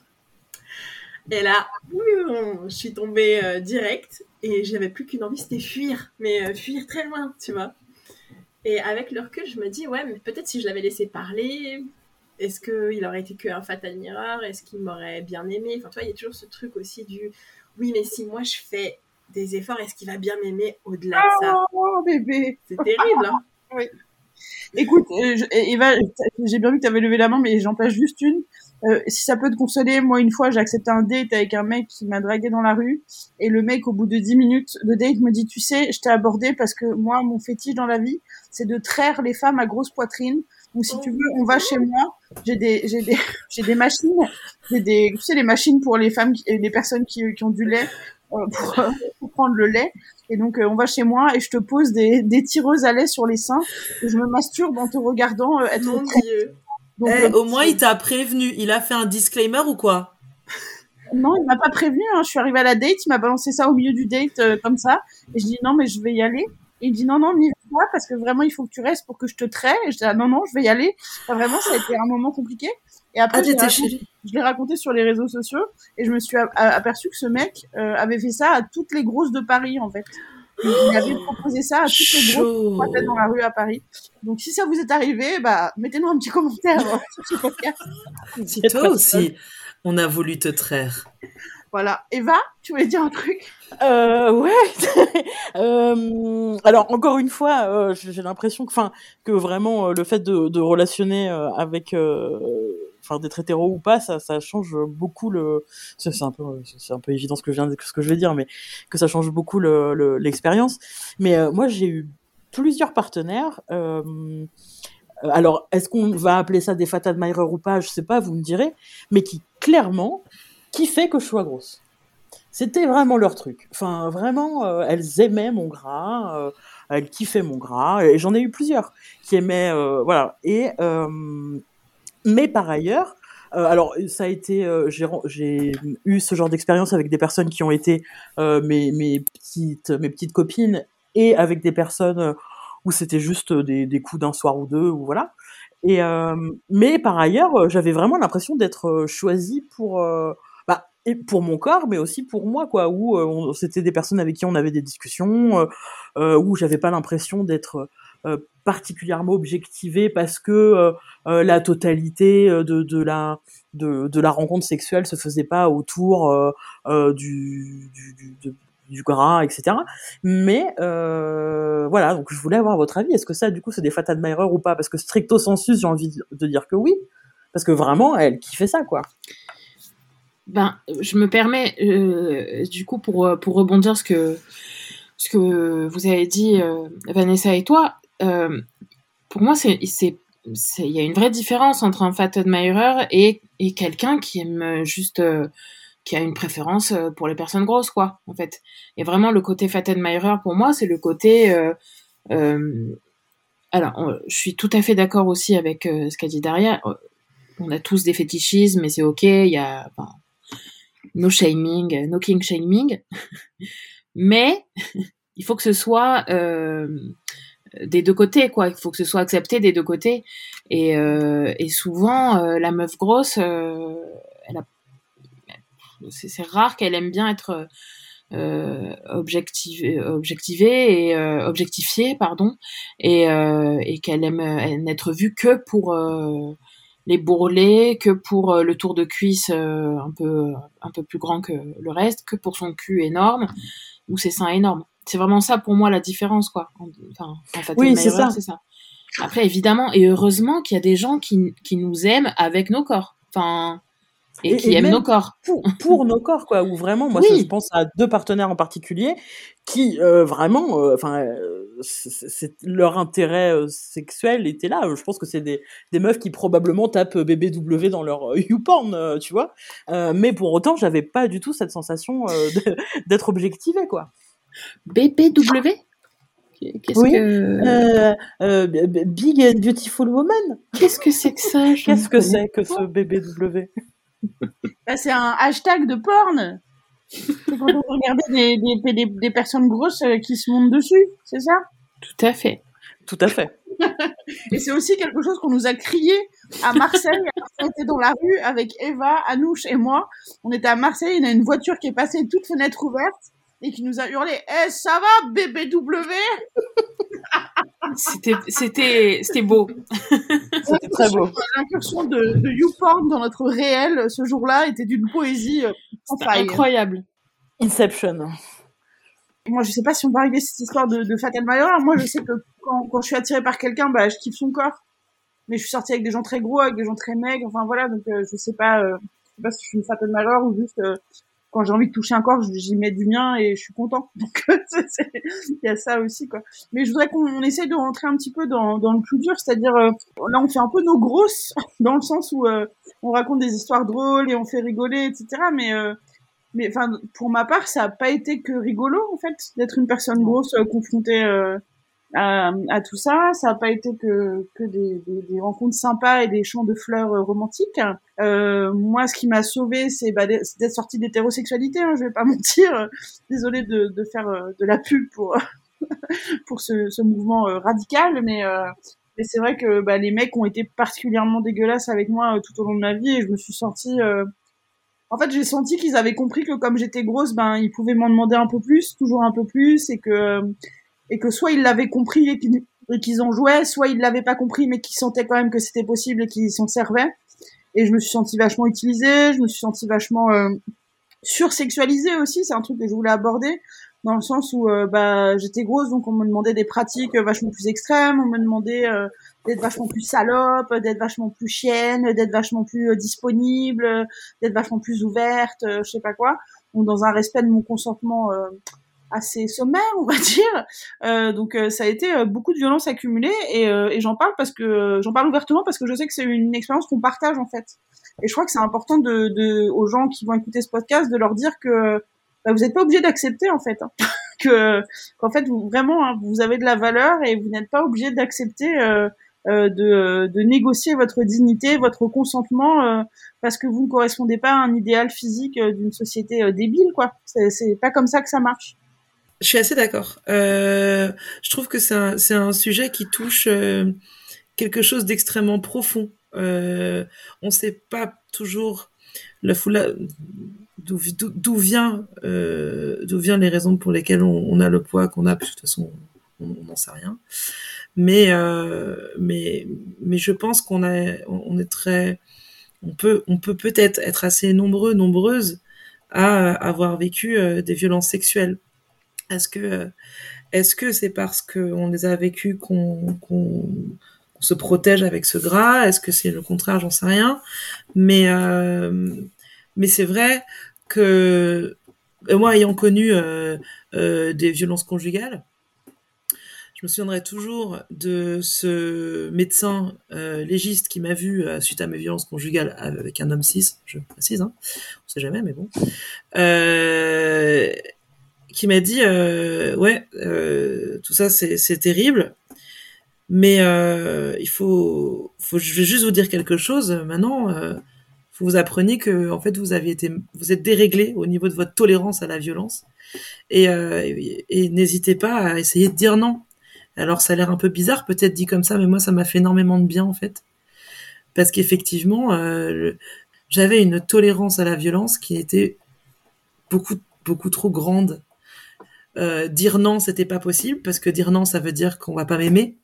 Et là, je suis tombée euh, direct et j'avais plus qu'une envie, c'était fuir, mais euh, fuir très loin, tu vois. Et avec le recul, je me dis, ouais, mais peut-être si je l'avais laissé parler, est-ce qu'il aurait été qu'un fat admirer? Est-ce qu'il m'aurait bien aimé? Enfin, tu vois, il y a toujours ce truc aussi du, oui, mais si moi je fais des efforts, est-ce qu'il va bien m'aimer au-delà de ça? Oh, bébé! C'est terrible, hein? Oui. Écoute, euh, je, Eva, j'ai bien vu que tu avais levé la main, mais j'en passe juste une. Euh, si ça peut te consoler, moi une fois j'ai accepté un date avec un mec qui m'a dragué dans la rue et le mec au bout de dix minutes de date me dit tu sais je t'ai abordé parce que moi mon fétiche dans la vie c'est de traire les femmes à grosse poitrine, donc si tu veux on va chez moi, j'ai des j'ai des j'ai des machines, j'ai des tu sais les machines pour les femmes qui, les personnes qui qui ont du lait euh, pour, euh, pour prendre le lait, et donc euh, on va chez moi et je te pose des des tireuses à lait sur les seins et je me masturbe en te regardant euh, être mon Dieu. Donc, eh, euh, au moins, il t'a prévenu. Il a fait un disclaimer ou quoi? Non, il m'a pas prévenu. Hein. Je suis arrivée à la date, il m'a balancé ça au milieu du date euh, comme ça. Et je dis non, mais je vais y aller. Et il dit non, non, n'y va pas parce que vraiment, il faut que tu restes pour que je te traie. Et je dis ah, non, non, je vais y aller. Enfin, vraiment, ça a été un moment compliqué. Et après, ah, je, l'ai raconté, je l'ai raconté sur les réseaux sociaux et je me suis aperçue que ce mec euh, avait fait ça à toutes les grosses de Paris, en fait. Il avait proposé ça à toutes les grosses qui dans la rue à Paris. Donc, si ça vous est arrivé, bah, mettez-nous un petit commentaire sur ce podcast. Si toi aussi, on a voulu te traire. Voilà. Eva, tu voulais dire un truc? Euh, ouais. euh, alors, encore une fois, euh, j'ai l'impression que, enfin, que vraiment, euh, le fait de, de relationner euh, avec, euh, enfin, d'être hétéro ou pas, ça, ça change beaucoup le. C'est, c'est un peu, c'est un peu évident ce que je viens, de, ce que je vais dire, mais que ça change beaucoup le, le, l'expérience. Mais euh, moi, j'ai eu plusieurs partenaires. Euh, euh, alors est-ce qu'on va appeler ça des fat admirers ou pas, je sais pas, vous me direz, mais qui clairement kiffaient que je sois grosse. C'était vraiment leur truc. Enfin, vraiment, euh, elles aimaient mon gras, euh, elles kiffaient mon gras, et j'en ai eu plusieurs qui aimaient, euh, voilà. Et euh, mais par ailleurs, euh, alors ça a été, euh, j'ai, j'ai eu ce genre d'expérience avec des personnes qui ont été euh, mes mes petites mes petites copines, et avec des personnes euh, où c'était juste des des coups d'un soir ou deux, ou voilà. Et euh, mais par ailleurs, euh, j'avais vraiment l'impression d'être euh, choisie pour euh, bah, et pour mon corps, mais aussi pour moi, quoi. Où euh, on- c'était des personnes avec qui on avait des discussions, euh, euh, où j'avais pas l'impression d'être euh, particulièrement objectivée parce que euh, euh, la totalité euh, de, de la de, de la rencontre sexuelle se faisait pas autour euh, euh, du du, du, de- du gras, et cetera. Mais euh, voilà, donc je voulais avoir votre avis. Est-ce que ça, du coup, c'est des fat admirers ou pas? Parce que stricto sensu, j'ai envie de dire que oui, parce que vraiment, elle kiffait ça, quoi. Ben, je me permets, euh, du coup, pour, euh, pour rebondir ce que, ce que vous avez dit, euh, Vanessa et toi, euh, pour moi, c'est, c'est, c'est, il y a une vraie différence entre un fat admirer et, et quelqu'un qui aime juste, euh, qui a une préférence euh, pour les personnes grosses, quoi, en fait. Et vraiment, le côté fat admirer, pour moi, c'est le côté, euh, euh, alors, on- je suis tout à fait d'accord aussi avec euh, ce qu'a dit Daria. On a tous des fétichismes, et c'est ok, il y a, enfin, no shaming, no king shaming, mais il faut que ce soit euh, des deux côtés, quoi. Il faut que ce soit accepté des deux côtés. Et, euh, et souvent, euh, la meuf grosse, euh, elle a, c'est, c'est rare qu'elle aime bien être euh, objective, objectivée et euh, objectifiée, pardon, et, euh, et qu'elle aime euh, n'être vue que pour euh, les bourrelets, que pour euh, le tour de cuisse euh, un peu un peu plus grand que le reste, que pour son cul énorme ou ses seins énormes. C'est vraiment ça pour moi la différence, quoi. Enfin, en fait, Oui, c'est Admirer, ça. c'est ça. Après, évidemment, et heureusement qu'il y a des gens qui, qui nous aiment avec nos corps. Enfin, et, Et, qui et aiment nos même corps. pour, pour nos corps, quoi. Ou vraiment, moi, je Oui, pense à deux partenaires en particulier qui, euh, vraiment, euh, enfin, euh, c'est, c'est- leur intérêt euh, sexuel était là. Je pense que c'est des, des meufs qui probablement tapent B B W dans leur euh, YouPorn, euh, tu vois. Euh, mais pour autant, j'avais pas du tout cette sensation euh, de- d'être objectivée, quoi. B B W. Qu'est-ce Oui. que Euh, euh, b- b- Big and Beautiful Woman. qu'est-ce que c'est que ça? Je Qu'est-ce ne que connais c'est que pas. ce B B W? Bah, c'est un hashtag de porn. C'est quand on regarde des, des, des, des personnes grosses euh, qui se montent dessus, c'est ça? Tout à fait. Tout à fait. Et c'est aussi quelque chose qu'on nous a crié à Marseille. On était dans la rue avec Eva, Anouche et moi. On était à Marseille, il y a une voiture qui est passée toute fenêtre ouverte et qui nous a hurlé « Eh, ça va, B B W ?» C'était, c'était, c'était beau. C'était très beau. L'incursion de, de YouPorn dans notre réel ce jour-là était d'une poésie euh, sans C'était faille. incroyable. Inception. Moi, je sais pas si on peut arriver à cette histoire de, de Fat Admirer. Moi, je sais que quand, quand je suis attirée par quelqu'un, bah, je kiffe son corps. Mais je suis sortie avec des gens très gros, avec des gens très maigres. Enfin, voilà. Donc, euh, je sais pas, euh, je sais pas si je suis une Fat Admirer ou juste, euh, quand j'ai envie de toucher un corps, j'y mets du mien et je suis content. Donc, c'est, c'est, il y a ça aussi, quoi. Mais je voudrais qu'on on essaye de rentrer un petit peu dans, dans le plus dur. C'est-à-dire, euh, là, on fait un peu nos grosses, dans le sens où, euh, on raconte des histoires drôles et on fait rigoler, et cetera. Mais, euh, mais enfin, pour ma part, ça a pas été que rigolo en fait d'être une personne grosse euh, confrontée euh, à, à tout ça. Ça a pas été que que des, des, des rencontres sympas et des champs de fleurs euh, romantiques. Euh, moi, ce qui m'a sauvée, c'est bah, c'est d'être sortie d'hétérosexualité. Hein, je vais pas mentir. Désolée de, de faire euh, de la pub pour pour ce, ce mouvement euh, radical, mais euh, mais c'est vrai que bah, les mecs ont été particulièrement dégueulasses avec moi euh, tout au long de ma vie et je me suis sentie euh, en fait, j'ai senti qu'ils avaient compris que comme j'étais grosse, ben ils pouvaient m'en demander un peu plus, toujours un peu plus, et que et que soit ils l'avaient compris et qu'ils, et qu'ils en jouaient, soit ils l'avaient pas compris mais qu'ils sentaient quand même que c'était possible et qu'ils s'en servaient. Et je me suis sentie vachement utilisée, je me suis sentie vachement euh, sursexualisée aussi. C'est un truc que je voulais aborder dans le sens où euh, bah j'étais grosse, donc on me demandait des pratiques vachement plus extrêmes, on me demandait euh, d'être vachement plus salope, d'être vachement plus chienne, d'être vachement plus euh, disponible, d'être vachement plus ouverte, euh, je sais pas quoi. Donc dans un respect de mon consentement euh, assez sommaire, on va dire. Euh, donc euh, ça a été euh, beaucoup de violences accumulées et, euh, et j'en parle parce que j'en parle ouvertement parce que je sais que c'est une expérience qu'on partage en fait. Et je crois que c'est important de, de aux gens qui vont écouter ce podcast de leur dire que bah, vous n'êtes pas obligé d'accepter en fait, hein. que qu'en fait vous, vraiment hein, vous avez de la valeur et vous n'êtes pas obligé d'accepter euh, euh, de, de négocier votre dignité, votre consentement euh, parce que vous ne correspondez pas à un idéal physique euh, d'une société euh, débile quoi. C'est, c'est pas comme ça que ça marche. Je suis assez d'accord. Euh, je trouve que c'est un, c'est un sujet qui touche euh, quelque chose d'extrêmement profond. Euh, on ne sait pas toujours la foula, d'où, d'où, d'où vient euh, d'où viennent les raisons pour lesquelles on, on a le poids qu'on a, parce que de toute façon on n'en sait rien. Mais euh, mais mais je pense qu'on a on est très on peut on peut peut-être être assez nombreux nombreuses à avoir vécu euh, des violences sexuelles. Est-ce que est-ce que c'est parce qu'on les a vécues qu'on, qu'on, qu'on se protège avec ce gras? Est-ce que c'est le contraire? J'en sais rien. Mais euh, mais c'est vrai que moi, ayant connu euh, euh, des violences conjugales, je me souviendrai toujours de ce médecin euh, légiste qui m'a vu euh, suite à mes violences conjugales avec un homme cis, je précise, hein, on sait jamais, mais bon. Euh, qui m'a dit euh, ouais euh, tout ça c'est c'est terrible mais euh, il faut faut je vais juste vous dire quelque chose maintenant euh, faut vous appreniez que en fait vous avez été vous êtes déréglé au niveau de votre tolérance à la violence et euh, et, et n'hésitez pas à essayer de dire non. Alors ça a l'air un peu bizarre peut-être dit comme ça, mais moi ça m'a fait énormément de bien en fait, parce qu'effectivement euh, le, j'avais une tolérance à la violence qui était beaucoup beaucoup trop grande. Euh, dire non, c'était pas possible, parce que dire non, ça veut dire qu'on va pas m'aimer.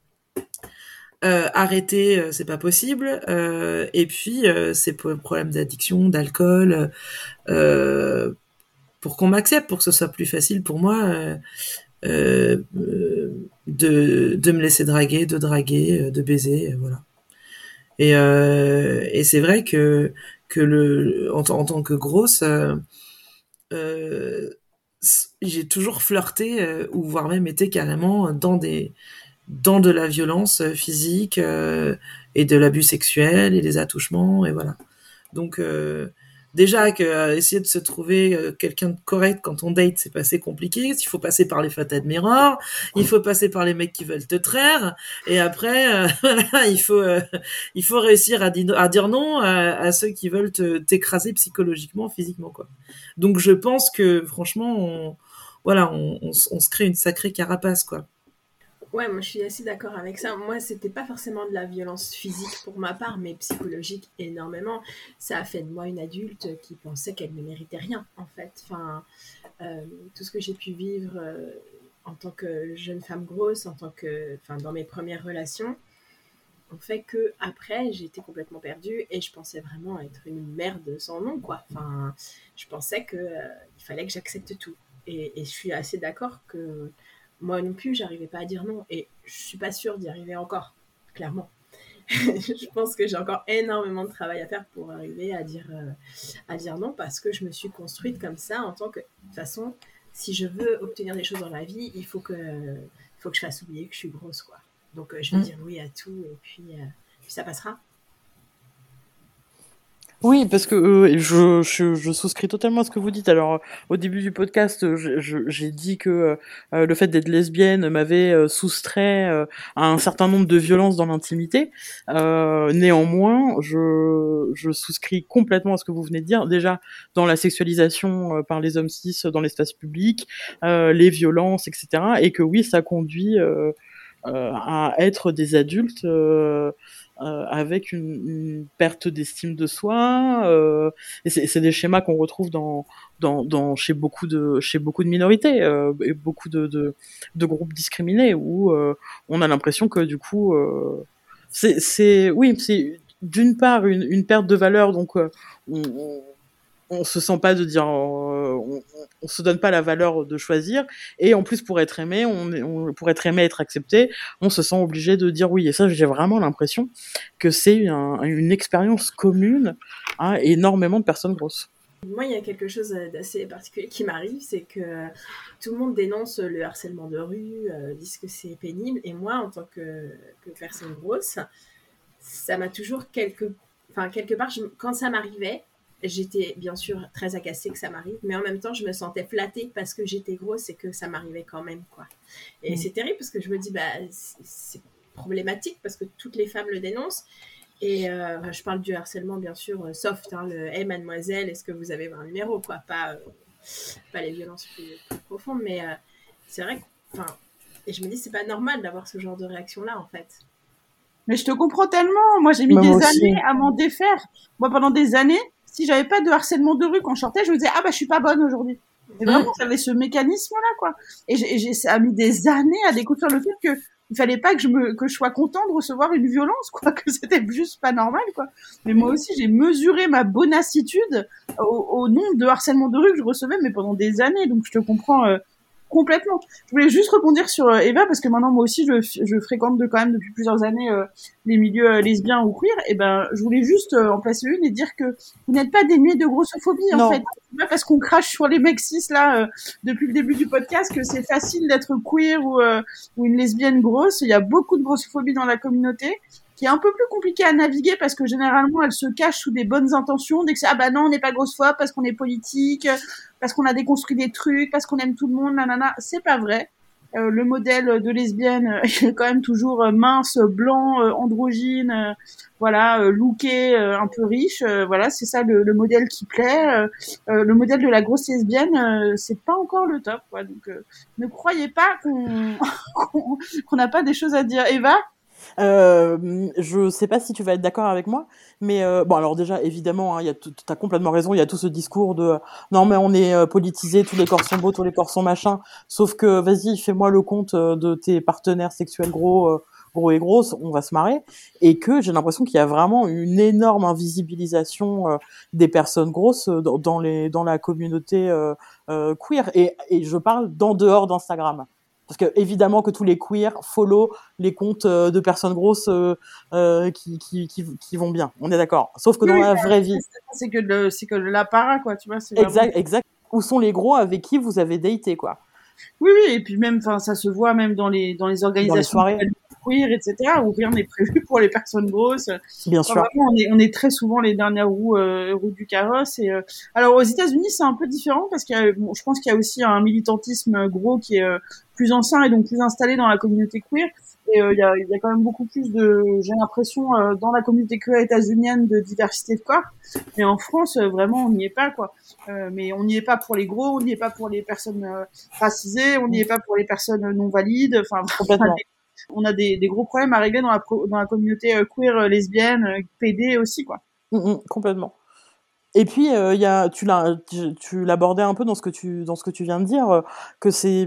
Euh, arrêter, euh, c'est pas possible. Euh, et puis, euh, c'est pour le problème d'addiction, d'alcool, euh, pour qu'on m'accepte, pour que ce soit plus facile pour moi euh, euh, de, de me laisser draguer, de draguer, de baiser, voilà. Et, euh, et c'est vrai que, que le, en, en tant que grosse, euh, euh, j'ai toujours flirté euh, ou voire même été carrément dans des dans de la violence physique euh, et de l'abus sexuel et des attouchements et voilà. Donc euh, déjà que euh, essayer de se trouver euh, quelqu'un de correct quand on date, c'est pas assez compliqué. Il faut passer par les fat admirers, il faut passer par les mecs qui veulent te traire, et après euh, voilà, il faut euh, il faut réussir à, di- à dire non à, à ceux qui veulent te, t'écraser psychologiquement, physiquement quoi. Donc je pense que franchement, on, voilà, on, on, on se crée une sacrée carapace quoi. Ouais, moi je suis assez d'accord avec ça. Moi, c'était pas forcément de la violence physique pour ma part, mais psychologique énormément. Ça a fait de moi une adulte qui pensait qu'elle ne méritait rien, en fait. Enfin, euh, tout ce que j'ai pu vivre euh, en tant que jeune femme grosse, en tant que, enfin, dans mes premières relations, ont fait que après j'étais complètement perdue et je pensais vraiment être une merde sans nom, quoi. Enfin, je pensais que euh, il fallait que j'accepte tout. Et, et je suis assez d'accord que moi non plus, j'arrivais pas à dire non. Et je suis pas sûre d'y arriver encore, clairement. Je pense que j'ai encore énormément de travail à faire pour arriver à dire, euh, à dire non, parce que je me suis construite comme ça en tant que... De toute façon, si je veux obtenir des choses dans la vie, il faut que, il faut que je fasse oublier que je suis grosse, quoi. Donc, euh, je vais mmh. dire oui à tout et puis, euh, puis ça passera. Oui, parce que euh, je, je, je souscris totalement à ce que vous dites. Alors, au début du podcast, je, je, j'ai dit que euh, le fait d'être lesbienne m'avait euh, soustrait euh, à un certain nombre de violences dans l'intimité. Euh, néanmoins, je, je souscris complètement à ce que vous venez de dire. Déjà, dans la sexualisation euh, par les hommes cis dans l'espace public, euh, les violences, et cetera. Et que oui, ça conduit euh, euh, à être des adultes... Euh, Euh, avec une, une perte d'estime de soi, euh, et c'est, c'est des schémas qu'on retrouve dans, dans, dans chez beaucoup de chez beaucoup de minorités euh, et beaucoup de, de, de groupes discriminés où euh, on a l'impression que du coup euh, c'est c'est oui c'est d'une part une, une perte de valeur, donc euh, on, on on se sent pas de dire, euh, on, on se donne pas la valeur de choisir, et en plus pour être aimé, on, on pour être aimé, être accepté, on se sent obligé de dire oui. Et ça, j'ai vraiment l'impression que c'est un, une expérience commune à énormément de personnes grosses. Moi, il y a quelque chose d'assez particulier qui m'arrive, c'est que tout le monde dénonce le harcèlement de rue, euh, disent que c'est pénible, et moi, en tant que, que personne grosse, ça m'a toujours quelque, enfin quelque part, je, quand ça m'arrivait, j'étais bien sûr très agacée que ça m'arrive, mais en même temps, je me sentais flattée parce que j'étais grosse et que ça m'arrivait quand même, quoi. Et mmh. c'est terrible parce que je me dis, bah, c'est problématique parce que toutes les femmes le dénoncent. Et euh, je parle du harcèlement, bien sûr, euh, soft, hein, le « Hey, mademoiselle, est-ce que vous avez un numéro ?» quoi, pas, euh, pas les violences plus, plus profondes, mais euh, c'est vrai que, enfin, et je me dis, c'est pas normal d'avoir ce genre de réaction-là, en fait. Mais je te comprends tellement. Moi, j'ai mis Même des aussi. années à m'en défaire. Moi, pendant des années, si j'avais pas de harcèlement de rue quand je sortais, je me disais, ah bah, je suis pas bonne aujourd'hui. Et vraiment, mmh. j'avais ce mécanisme-là, quoi. Et j'ai, j'ai, ça a mis des années à découvrir le fait que il fallait pas que je me, que je sois content de recevoir une violence, quoi, que c'était juste pas normal, quoi. Mais moi aussi, j'ai mesuré ma bonassitude au, au nombre de harcèlement de rue que je recevais, mais pendant des années. Donc, je te comprends, euh, complètement. Je voulais juste rebondir sur euh, Eva, parce que maintenant, moi aussi, je, je fréquente de, quand même depuis plusieurs années euh, les milieux euh, lesbiens ou queer. Et ben, je voulais juste euh, en placer une et dire que vous n'êtes pas dénués de grossophobie, non. En fait. C'est pas parce qu'on crache sur les mecs cis, là, euh, depuis le début du podcast, que c'est facile d'être queer ou, euh, ou une lesbienne grosse. Il y a beaucoup de grossophobie dans la communauté, qui est un peu plus compliqué à naviguer parce que généralement, elle se cache sous des bonnes intentions. Dès que c'est, ah bah non, on n'est pas grossophobe parce qu'on est politique, parce qu'on a déconstruit des trucs, parce qu'on aime tout le monde, nanana. C'est pas vrai. Euh, le modèle de lesbienne est quand même toujours mince, blanc, euh, androgyne, euh, voilà, euh, looké, euh, un peu riche. Euh, voilà, c'est ça le, le modèle qui plaît. Euh, euh, le modèle de la grosse lesbienne, euh, c'est pas encore le top, quoi. Donc, euh, ne croyez pas qu'on qu'on qu'on n'a pas des choses à dire. Eva ? Euh, je sais pas si tu vas être d'accord avec moi, mais euh, bon, alors déjà, évidemment, hein, y a t- t'as complètement raison, il y a tout ce discours de euh, non, mais on est euh, politisé, tous les corps sont beaux, tous les corps sont machin, sauf que vas-y, fais-moi le compte euh, de tes partenaires sexuels gros, euh, gros et grosses, on va se marrer, et que j'ai l'impression qu'il y a vraiment une énorme invisibilisation euh, des personnes grosses euh, dans, dans les dans la communauté euh, euh, queer, et, et je parle d'en dehors d'Instagram. Parce que évidemment que tous les queers follow les comptes de personnes grosses euh, euh, qui, qui, qui, qui vont bien. On est d'accord. Sauf que oui, dans la vraie vie, c'est que le, c'est que l'apparat, quoi. Tu vois. C'est exact, vraiment... exact. Où sont les gros avec qui vous avez daté, quoi. Oui, oui. Et puis même, enfin, ça se voit même dans les dans les organisations dans les soirées queer, et cetera, où rien n'est prévu pour les personnes grosses. Bien enfin, sûr. Vraiment, on est on est très souvent les dernières roues euh, roues du carrosse. Et euh... alors aux États-Unis, c'est un peu différent parce qu'il y a, bon, je pense qu'il y a aussi un militantisme gros qui est euh, plus ancien et donc plus installé dans la communauté queer. Et il euh, y, a, y a quand même beaucoup plus de, j'ai l'impression, euh, dans la communauté queer états-unienne de diversité de corps. Mais en France, euh, vraiment, on n'y est pas, quoi. Euh, mais on n'y est pas pour les gros, on n'y est pas pour les personnes euh, racisées, on n'y est pas pour les personnes non valides. Enfin, complètement. On a des, des gros problèmes à régler dans la, dans la communauté euh, queer, euh, lesbienne, euh, P D aussi, quoi. Mmh, mmh, complètement. Et puis il euh, y a, tu l'as, tu, tu l'abordais un peu dans ce que tu, dans ce que tu viens de dire, euh, que c'est,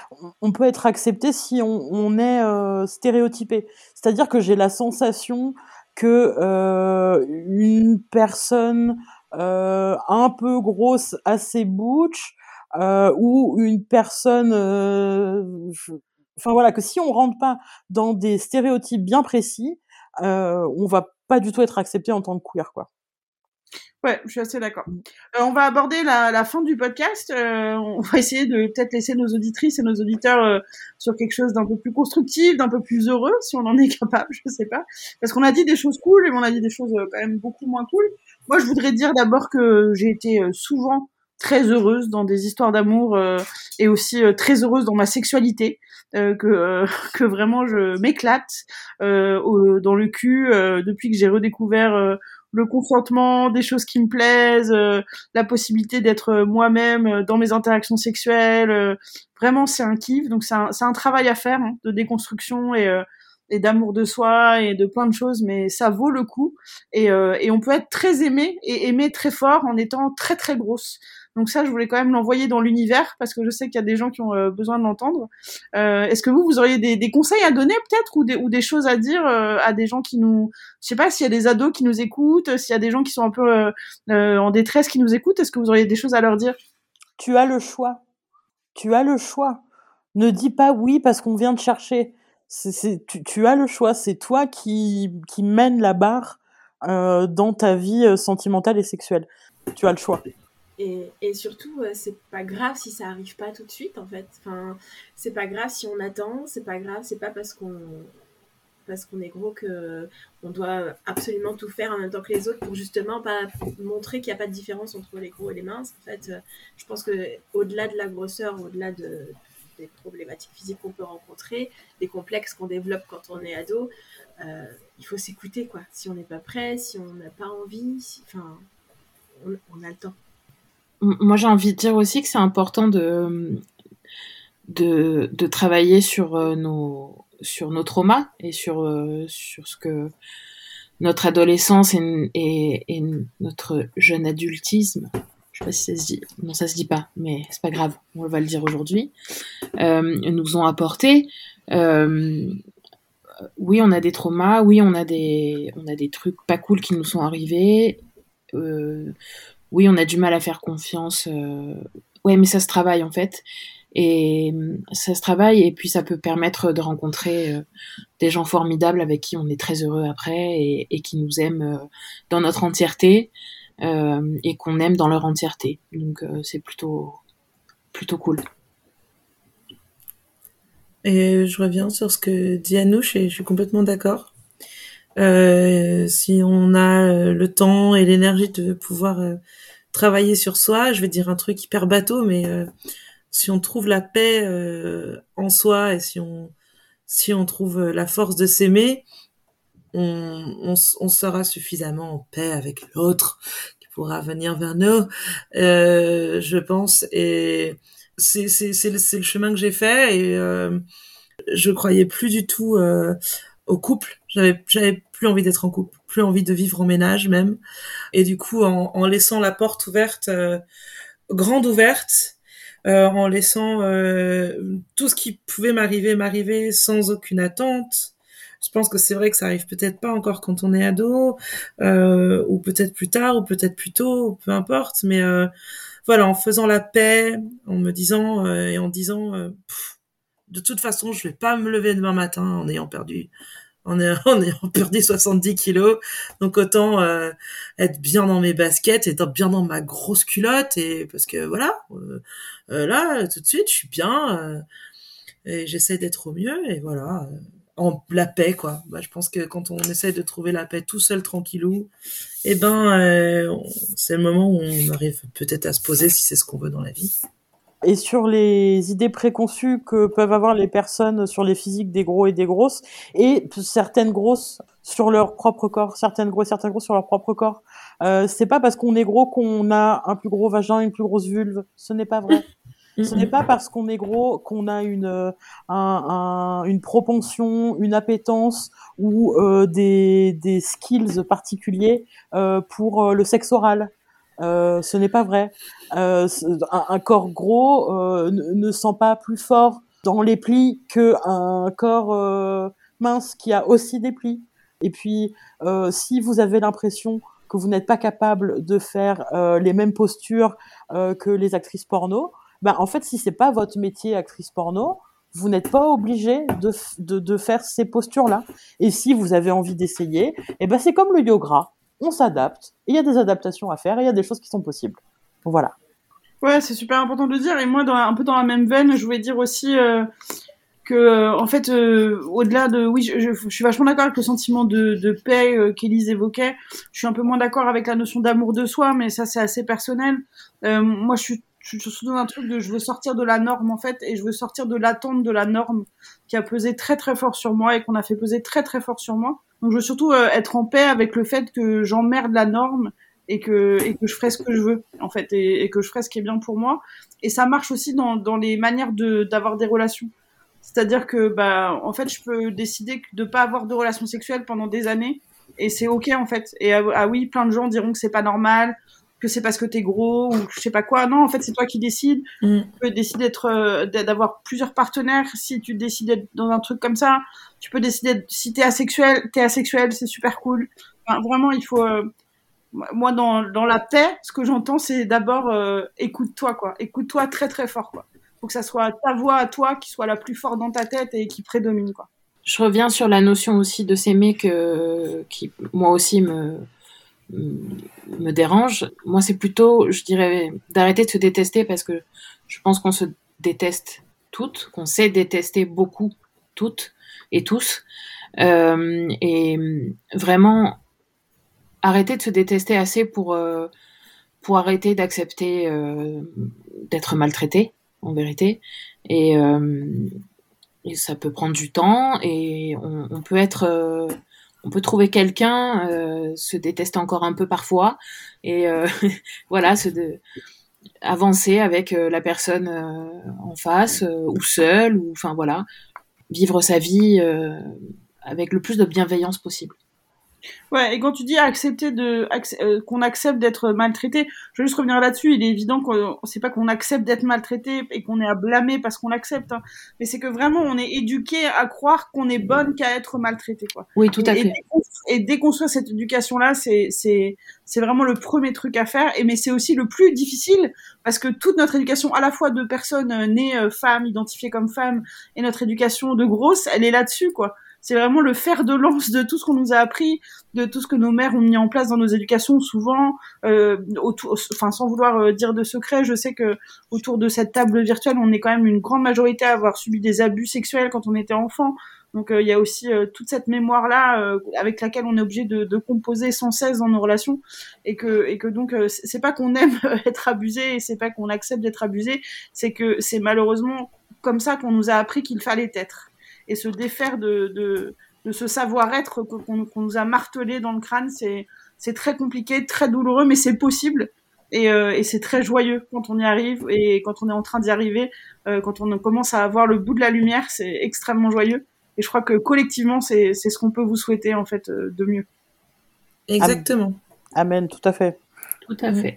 on peut être accepté si on, on est euh, stéréotypé. C'est-à-dire que j'ai la sensation que euh, une personne euh, un peu grosse, assez butch, euh, ou une personne, euh, je, enfin voilà, que si on rentre pas dans des stéréotypes bien précis, euh, on va pas du tout être accepté en tant que queer, quoi. Ouais, je suis assez d'accord. Euh, on va aborder la, la fin du podcast. Euh, on va essayer de peut-être laisser nos auditrices et nos auditeurs euh, sur quelque chose d'un peu plus constructif, d'un peu plus heureux, si on en est capable, je sais pas. Parce qu'on a dit des choses cool et on a dit des choses euh, quand même beaucoup moins cool. Moi, je voudrais dire d'abord que j'ai été euh, souvent très heureuse dans des histoires d'amour euh, et aussi euh, très heureuse dans ma sexualité. Euh, que euh, que vraiment je m'éclate euh, au, dans le cul euh, depuis que j'ai redécouvert euh, le consentement, des choses qui me plaisent, euh, la possibilité d'être moi-même dans mes interactions sexuelles. Euh, vraiment, c'est un kiff. Donc, c'est un, c'est un travail à faire, hein, de déconstruction et, euh, et d'amour de soi et de plein de choses, mais ça vaut le coup. Et, euh, et on peut être très aimé et aimer très fort en étant très, très grosse. Donc ça, je voulais quand même l'envoyer dans l'univers parce que je sais qu'il y a des gens qui ont euh, besoin de l'entendre. Euh, est-ce que vous, vous auriez des, des conseils à donner peut-être ou des, ou des choses à dire euh, à des gens qui nous... Je sais pas s'il y a des ados qui nous écoutent, s'il y a des gens qui sont un peu euh, euh, en détresse qui nous écoutent. Est-ce que vous auriez des choses à leur dire ? Tu as le choix. Tu as le choix. Ne dis pas oui parce qu'on vient te chercher. C'est, c'est, tu, tu as le choix. C'est toi qui, qui mène la barre euh, dans ta vie sentimentale et sexuelle. Tu as le choix. Et, et surtout, euh, c'est pas grave si ça arrive pas tout de suite, en fait. Enfin, c'est pas grave si on attend, c'est pas grave, c'est pas parce qu'on parce qu'on est gros que on doit absolument tout faire en même temps que les autres pour justement pas montrer qu'il n'y a pas de différence entre les gros et les minces. En fait, euh, je pense que au-delà de la grosseur, au-delà de, des problématiques physiques qu'on peut rencontrer, des complexes qu'on développe quand on est ado, euh, il faut s'écouter, quoi. Si on n'est pas prêt, si on n'a pas envie, si, enfin, on, on a le temps. Moi, j'ai envie de dire aussi que c'est important de, de, de travailler sur euh, nos, sur nos traumas et sur, euh, sur ce que notre adolescence et, et, et notre jeune adultisme, je sais pas si ça se dit, non, ça se dit pas, mais c'est pas grave, on va le dire aujourd'hui, euh, nous ont apporté. Euh, oui, on a des traumas, oui, on a des, on a des trucs pas cool qui nous sont arrivés. Euh, oui, on a du mal à faire confiance. Euh... Ouais, mais ça se travaille en fait. Et ça se travaille et puis ça peut permettre de rencontrer euh, des gens formidables avec qui on est très heureux après et, et qui nous aiment euh, dans notre entièreté euh, et qu'on aime dans leur entièreté. Donc euh, c'est plutôt, plutôt cool. Et je reviens sur ce que dit Anouche et je suis complètement d'accord. Euh, si on a le temps et l'énergie de pouvoir euh, travailler sur soi, je vais dire un truc hyper bateau, mais euh, si on trouve la paix euh, en soi et si on si on trouve la force de s'aimer, on, on, on sera suffisamment en paix avec l'autre qui pourra venir vers nous, euh, je pense. Et c'est c'est c'est le, c'est le chemin que j'ai fait et euh, je croyais plus du tout euh, au couple. J'avais, j'avais plus envie d'être en couple, plus envie de vivre en ménage même. Et du coup, en, en laissant la porte ouverte, euh, grande ouverte, euh, en laissant euh, tout ce qui pouvait m'arriver, m'arriver sans aucune attente. Je pense que c'est vrai que ça arrive peut-être pas encore quand on est ado, euh, ou peut-être plus tard, ou peut-être plus tôt, ou peu importe. Mais euh, voilà, en faisant la paix, en me disant euh, et en disant... Euh, pff, de toute façon, je vais pas me lever demain matin en ayant perdu, en ayant, en ayant perdu soixante-dix kilos. Donc autant euh, être bien dans mes baskets, être bien dans ma grosse culotte et parce que voilà, euh, euh, là tout de suite, je suis bien euh, et j'essaie d'être au mieux et voilà, euh, en la paix quoi. Bah, je pense que quand on essaie de trouver la paix tout seul tranquillou, eh ben euh, on, c'est le moment où on arrive peut-être à se poser si c'est ce qu'on veut dans la vie. Et sur les idées préconçues que peuvent avoir les personnes sur les physiques des gros et des grosses, et certaines grosses sur leur propre corps, certaines grosses, certaines grosses sur leur propre corps. Euh, c'est pas parce qu'on est gros qu'on a un plus gros vagin, une plus grosse vulve. Ce n'est pas vrai. Ce n'est pas parce qu'on est gros qu'on a une un, un, une propension, une appétence ou euh, des des skills particuliers euh, pour euh, le sexe oral. Euh, ce n'est pas vrai. Euh, un, un corps gros euh, ne, ne sent pas plus fort dans les plis qu'un corps euh, mince qui a aussi des plis. Et puis, euh, si vous avez l'impression que vous n'êtes pas capable de faire euh, les mêmes postures euh, que les actrices porno, ben en fait, si c'est pas votre métier actrice porno, vous n'êtes pas obligé de, de, de faire ces postures-là. Et si vous avez envie d'essayer, eh ben c'est comme le yoga. On s'adapte, il y a des adaptations à faire, et il y a des choses qui sont possibles. Voilà. Ouais, c'est super important de le dire. Et moi, dans, un peu dans la même veine, je voulais dire aussi euh, que, euh, en fait, euh, au-delà de... Oui, je, je, je suis vachement d'accord avec le sentiment de, de paix euh, qu'Élise évoquait. Je suis un peu moins d'accord avec la notion d'amour de soi, mais ça, c'est assez personnel. Euh, moi, je suis, je suis surtout dans un truc de je veux sortir de la norme, en fait, et je veux sortir de l'attente de la norme qui a pesé très, très fort sur moi et qu'on a fait peser très, très fort sur moi. Donc, je veux surtout euh, être en paix avec le fait que j'emmerde la norme et que, et que je ferai ce que je veux, en fait, et, et que je ferai ce qui est bien pour moi. Et ça marche aussi dans, dans les manières de, d'avoir des relations. C'est-à-dire que, bah, en fait, je peux décider de pas avoir de relations sexuelles pendant des années, et c'est ok, en fait. Et ah, ah oui, plein de gens diront que c'est pas normal, que c'est parce que t'es gros, ou je sais pas quoi. Non, en fait, c'est toi qui décides. Mm. Tu peux décider d'être, euh, d'avoir plusieurs partenaires si tu décides d'être dans un truc comme ça. Tu peux décider, de, si t'es asexuel, t'es asexuel, c'est super cool. Enfin, vraiment, il faut... Euh, moi, dans, dans la paix, ce que j'entends, c'est d'abord euh, écoute-toi, quoi. Écoute-toi très, très fort, quoi. Faut que ça soit ta voix à toi qui soit la plus forte dans ta tête et qui prédomine, quoi. Je reviens sur la notion aussi de s'aimer que, qui, moi aussi, me, me dérange. Moi, c'est plutôt, je dirais, d'arrêter de se détester parce que je pense qu'on se déteste toutes, qu'on sait détester beaucoup toutes et tous. Euh, et vraiment arrêter de se détester assez pour, euh, pour arrêter d'accepter euh, d'être maltraité, en vérité. Et, euh, et ça peut prendre du temps et on, on peut être... Euh, on peut trouver quelqu'un, euh, se détester encore un peu parfois, et euh, voilà, se de, avancer avec euh, la personne euh, en face, euh, ou seule, ou enfin voilà, vivre sa vie euh, avec le plus de bienveillance possible. Ouais, et quand tu dis accepter de, ac- euh, qu'on accepte d'être maltraité, je veux juste revenir là-dessus. Il est évident qu'on, c'est pas qu'on accepte d'être maltraité et qu'on est à blâmer parce qu'on l'accepte, hein, mais c'est que vraiment on est éduqué à croire qu'on est bonne qu'à être maltraité, quoi. Oui, tout à et, fait. Et, déconstruire, et déconstruire cette éducation-là, c'est, c'est, c'est vraiment le premier truc à faire. Et mais c'est aussi le plus difficile parce que toute notre éducation, à la fois de personnes nées euh, femmes, identifiées comme femmes, et notre éducation de grosses, elle est là-dessus, quoi. C'est vraiment le fer de lance de tout ce qu'on nous a appris, de tout ce que nos mères ont mis en place dans nos éducations, souvent, euh, autour, enfin, sans vouloir euh, dire de secret, je sais que autour de cette table virtuelle, on est quand même une grande majorité à avoir subi des abus sexuels quand on était enfant. Donc, il euh, y a aussi euh, toute cette mémoire-là euh, avec laquelle on est obligé de, de composer sans cesse dans nos relations, et que, et que donc, euh, c'est pas qu'on aime être abusé, et c'est pas qu'on accepte d'être abusé, c'est que c'est malheureusement comme ça qu'on nous a appris qu'il fallait être. Et se défaire de, de, de ce savoir-être qu'on, qu'on nous a martelé dans le crâne, c'est, c'est très compliqué, très douloureux, mais c'est possible. Et, euh, et c'est très joyeux quand on y arrive, et quand on est en train d'y arriver, euh, quand on commence à avoir le bout de la lumière, c'est extrêmement joyeux. Et je crois que collectivement, c'est, c'est ce qu'on peut vous souhaiter en fait euh, de mieux. Exactement. Amen, tout à fait. Tout à fait.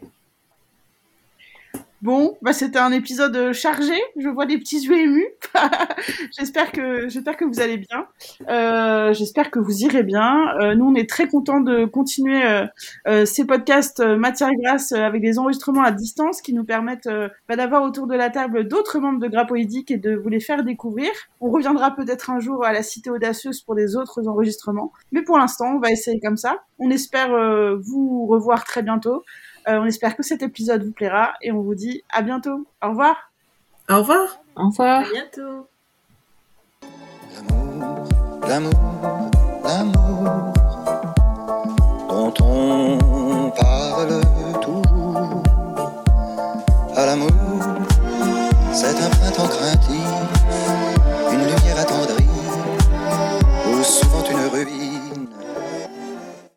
Bon, bah c'était un épisode chargé. Je vois des petits yeux émus. j'espère que j'espère que vous allez bien. Euh, j'espère que vous irez bien. Euh, nous, on est très contents de continuer euh, euh, ces podcasts euh, matière grasse euh, avec des enregistrements à distance qui nous permettent euh, bah, d'avoir autour de la table d'autres membres de Grapoïdique et de vous les faire découvrir. On reviendra peut-être un jour à la Cité Audacieuse pour des autres enregistrements. Mais pour l'instant, on va essayer comme ça. On espère euh, vous revoir très bientôt. Euh, on espère que cet épisode vous plaira et on vous dit à bientôt. Au revoir. Au revoir. Au revoir. À bientôt. L'amour, l'amour, l'amour dont on parle toujours. À l'amour.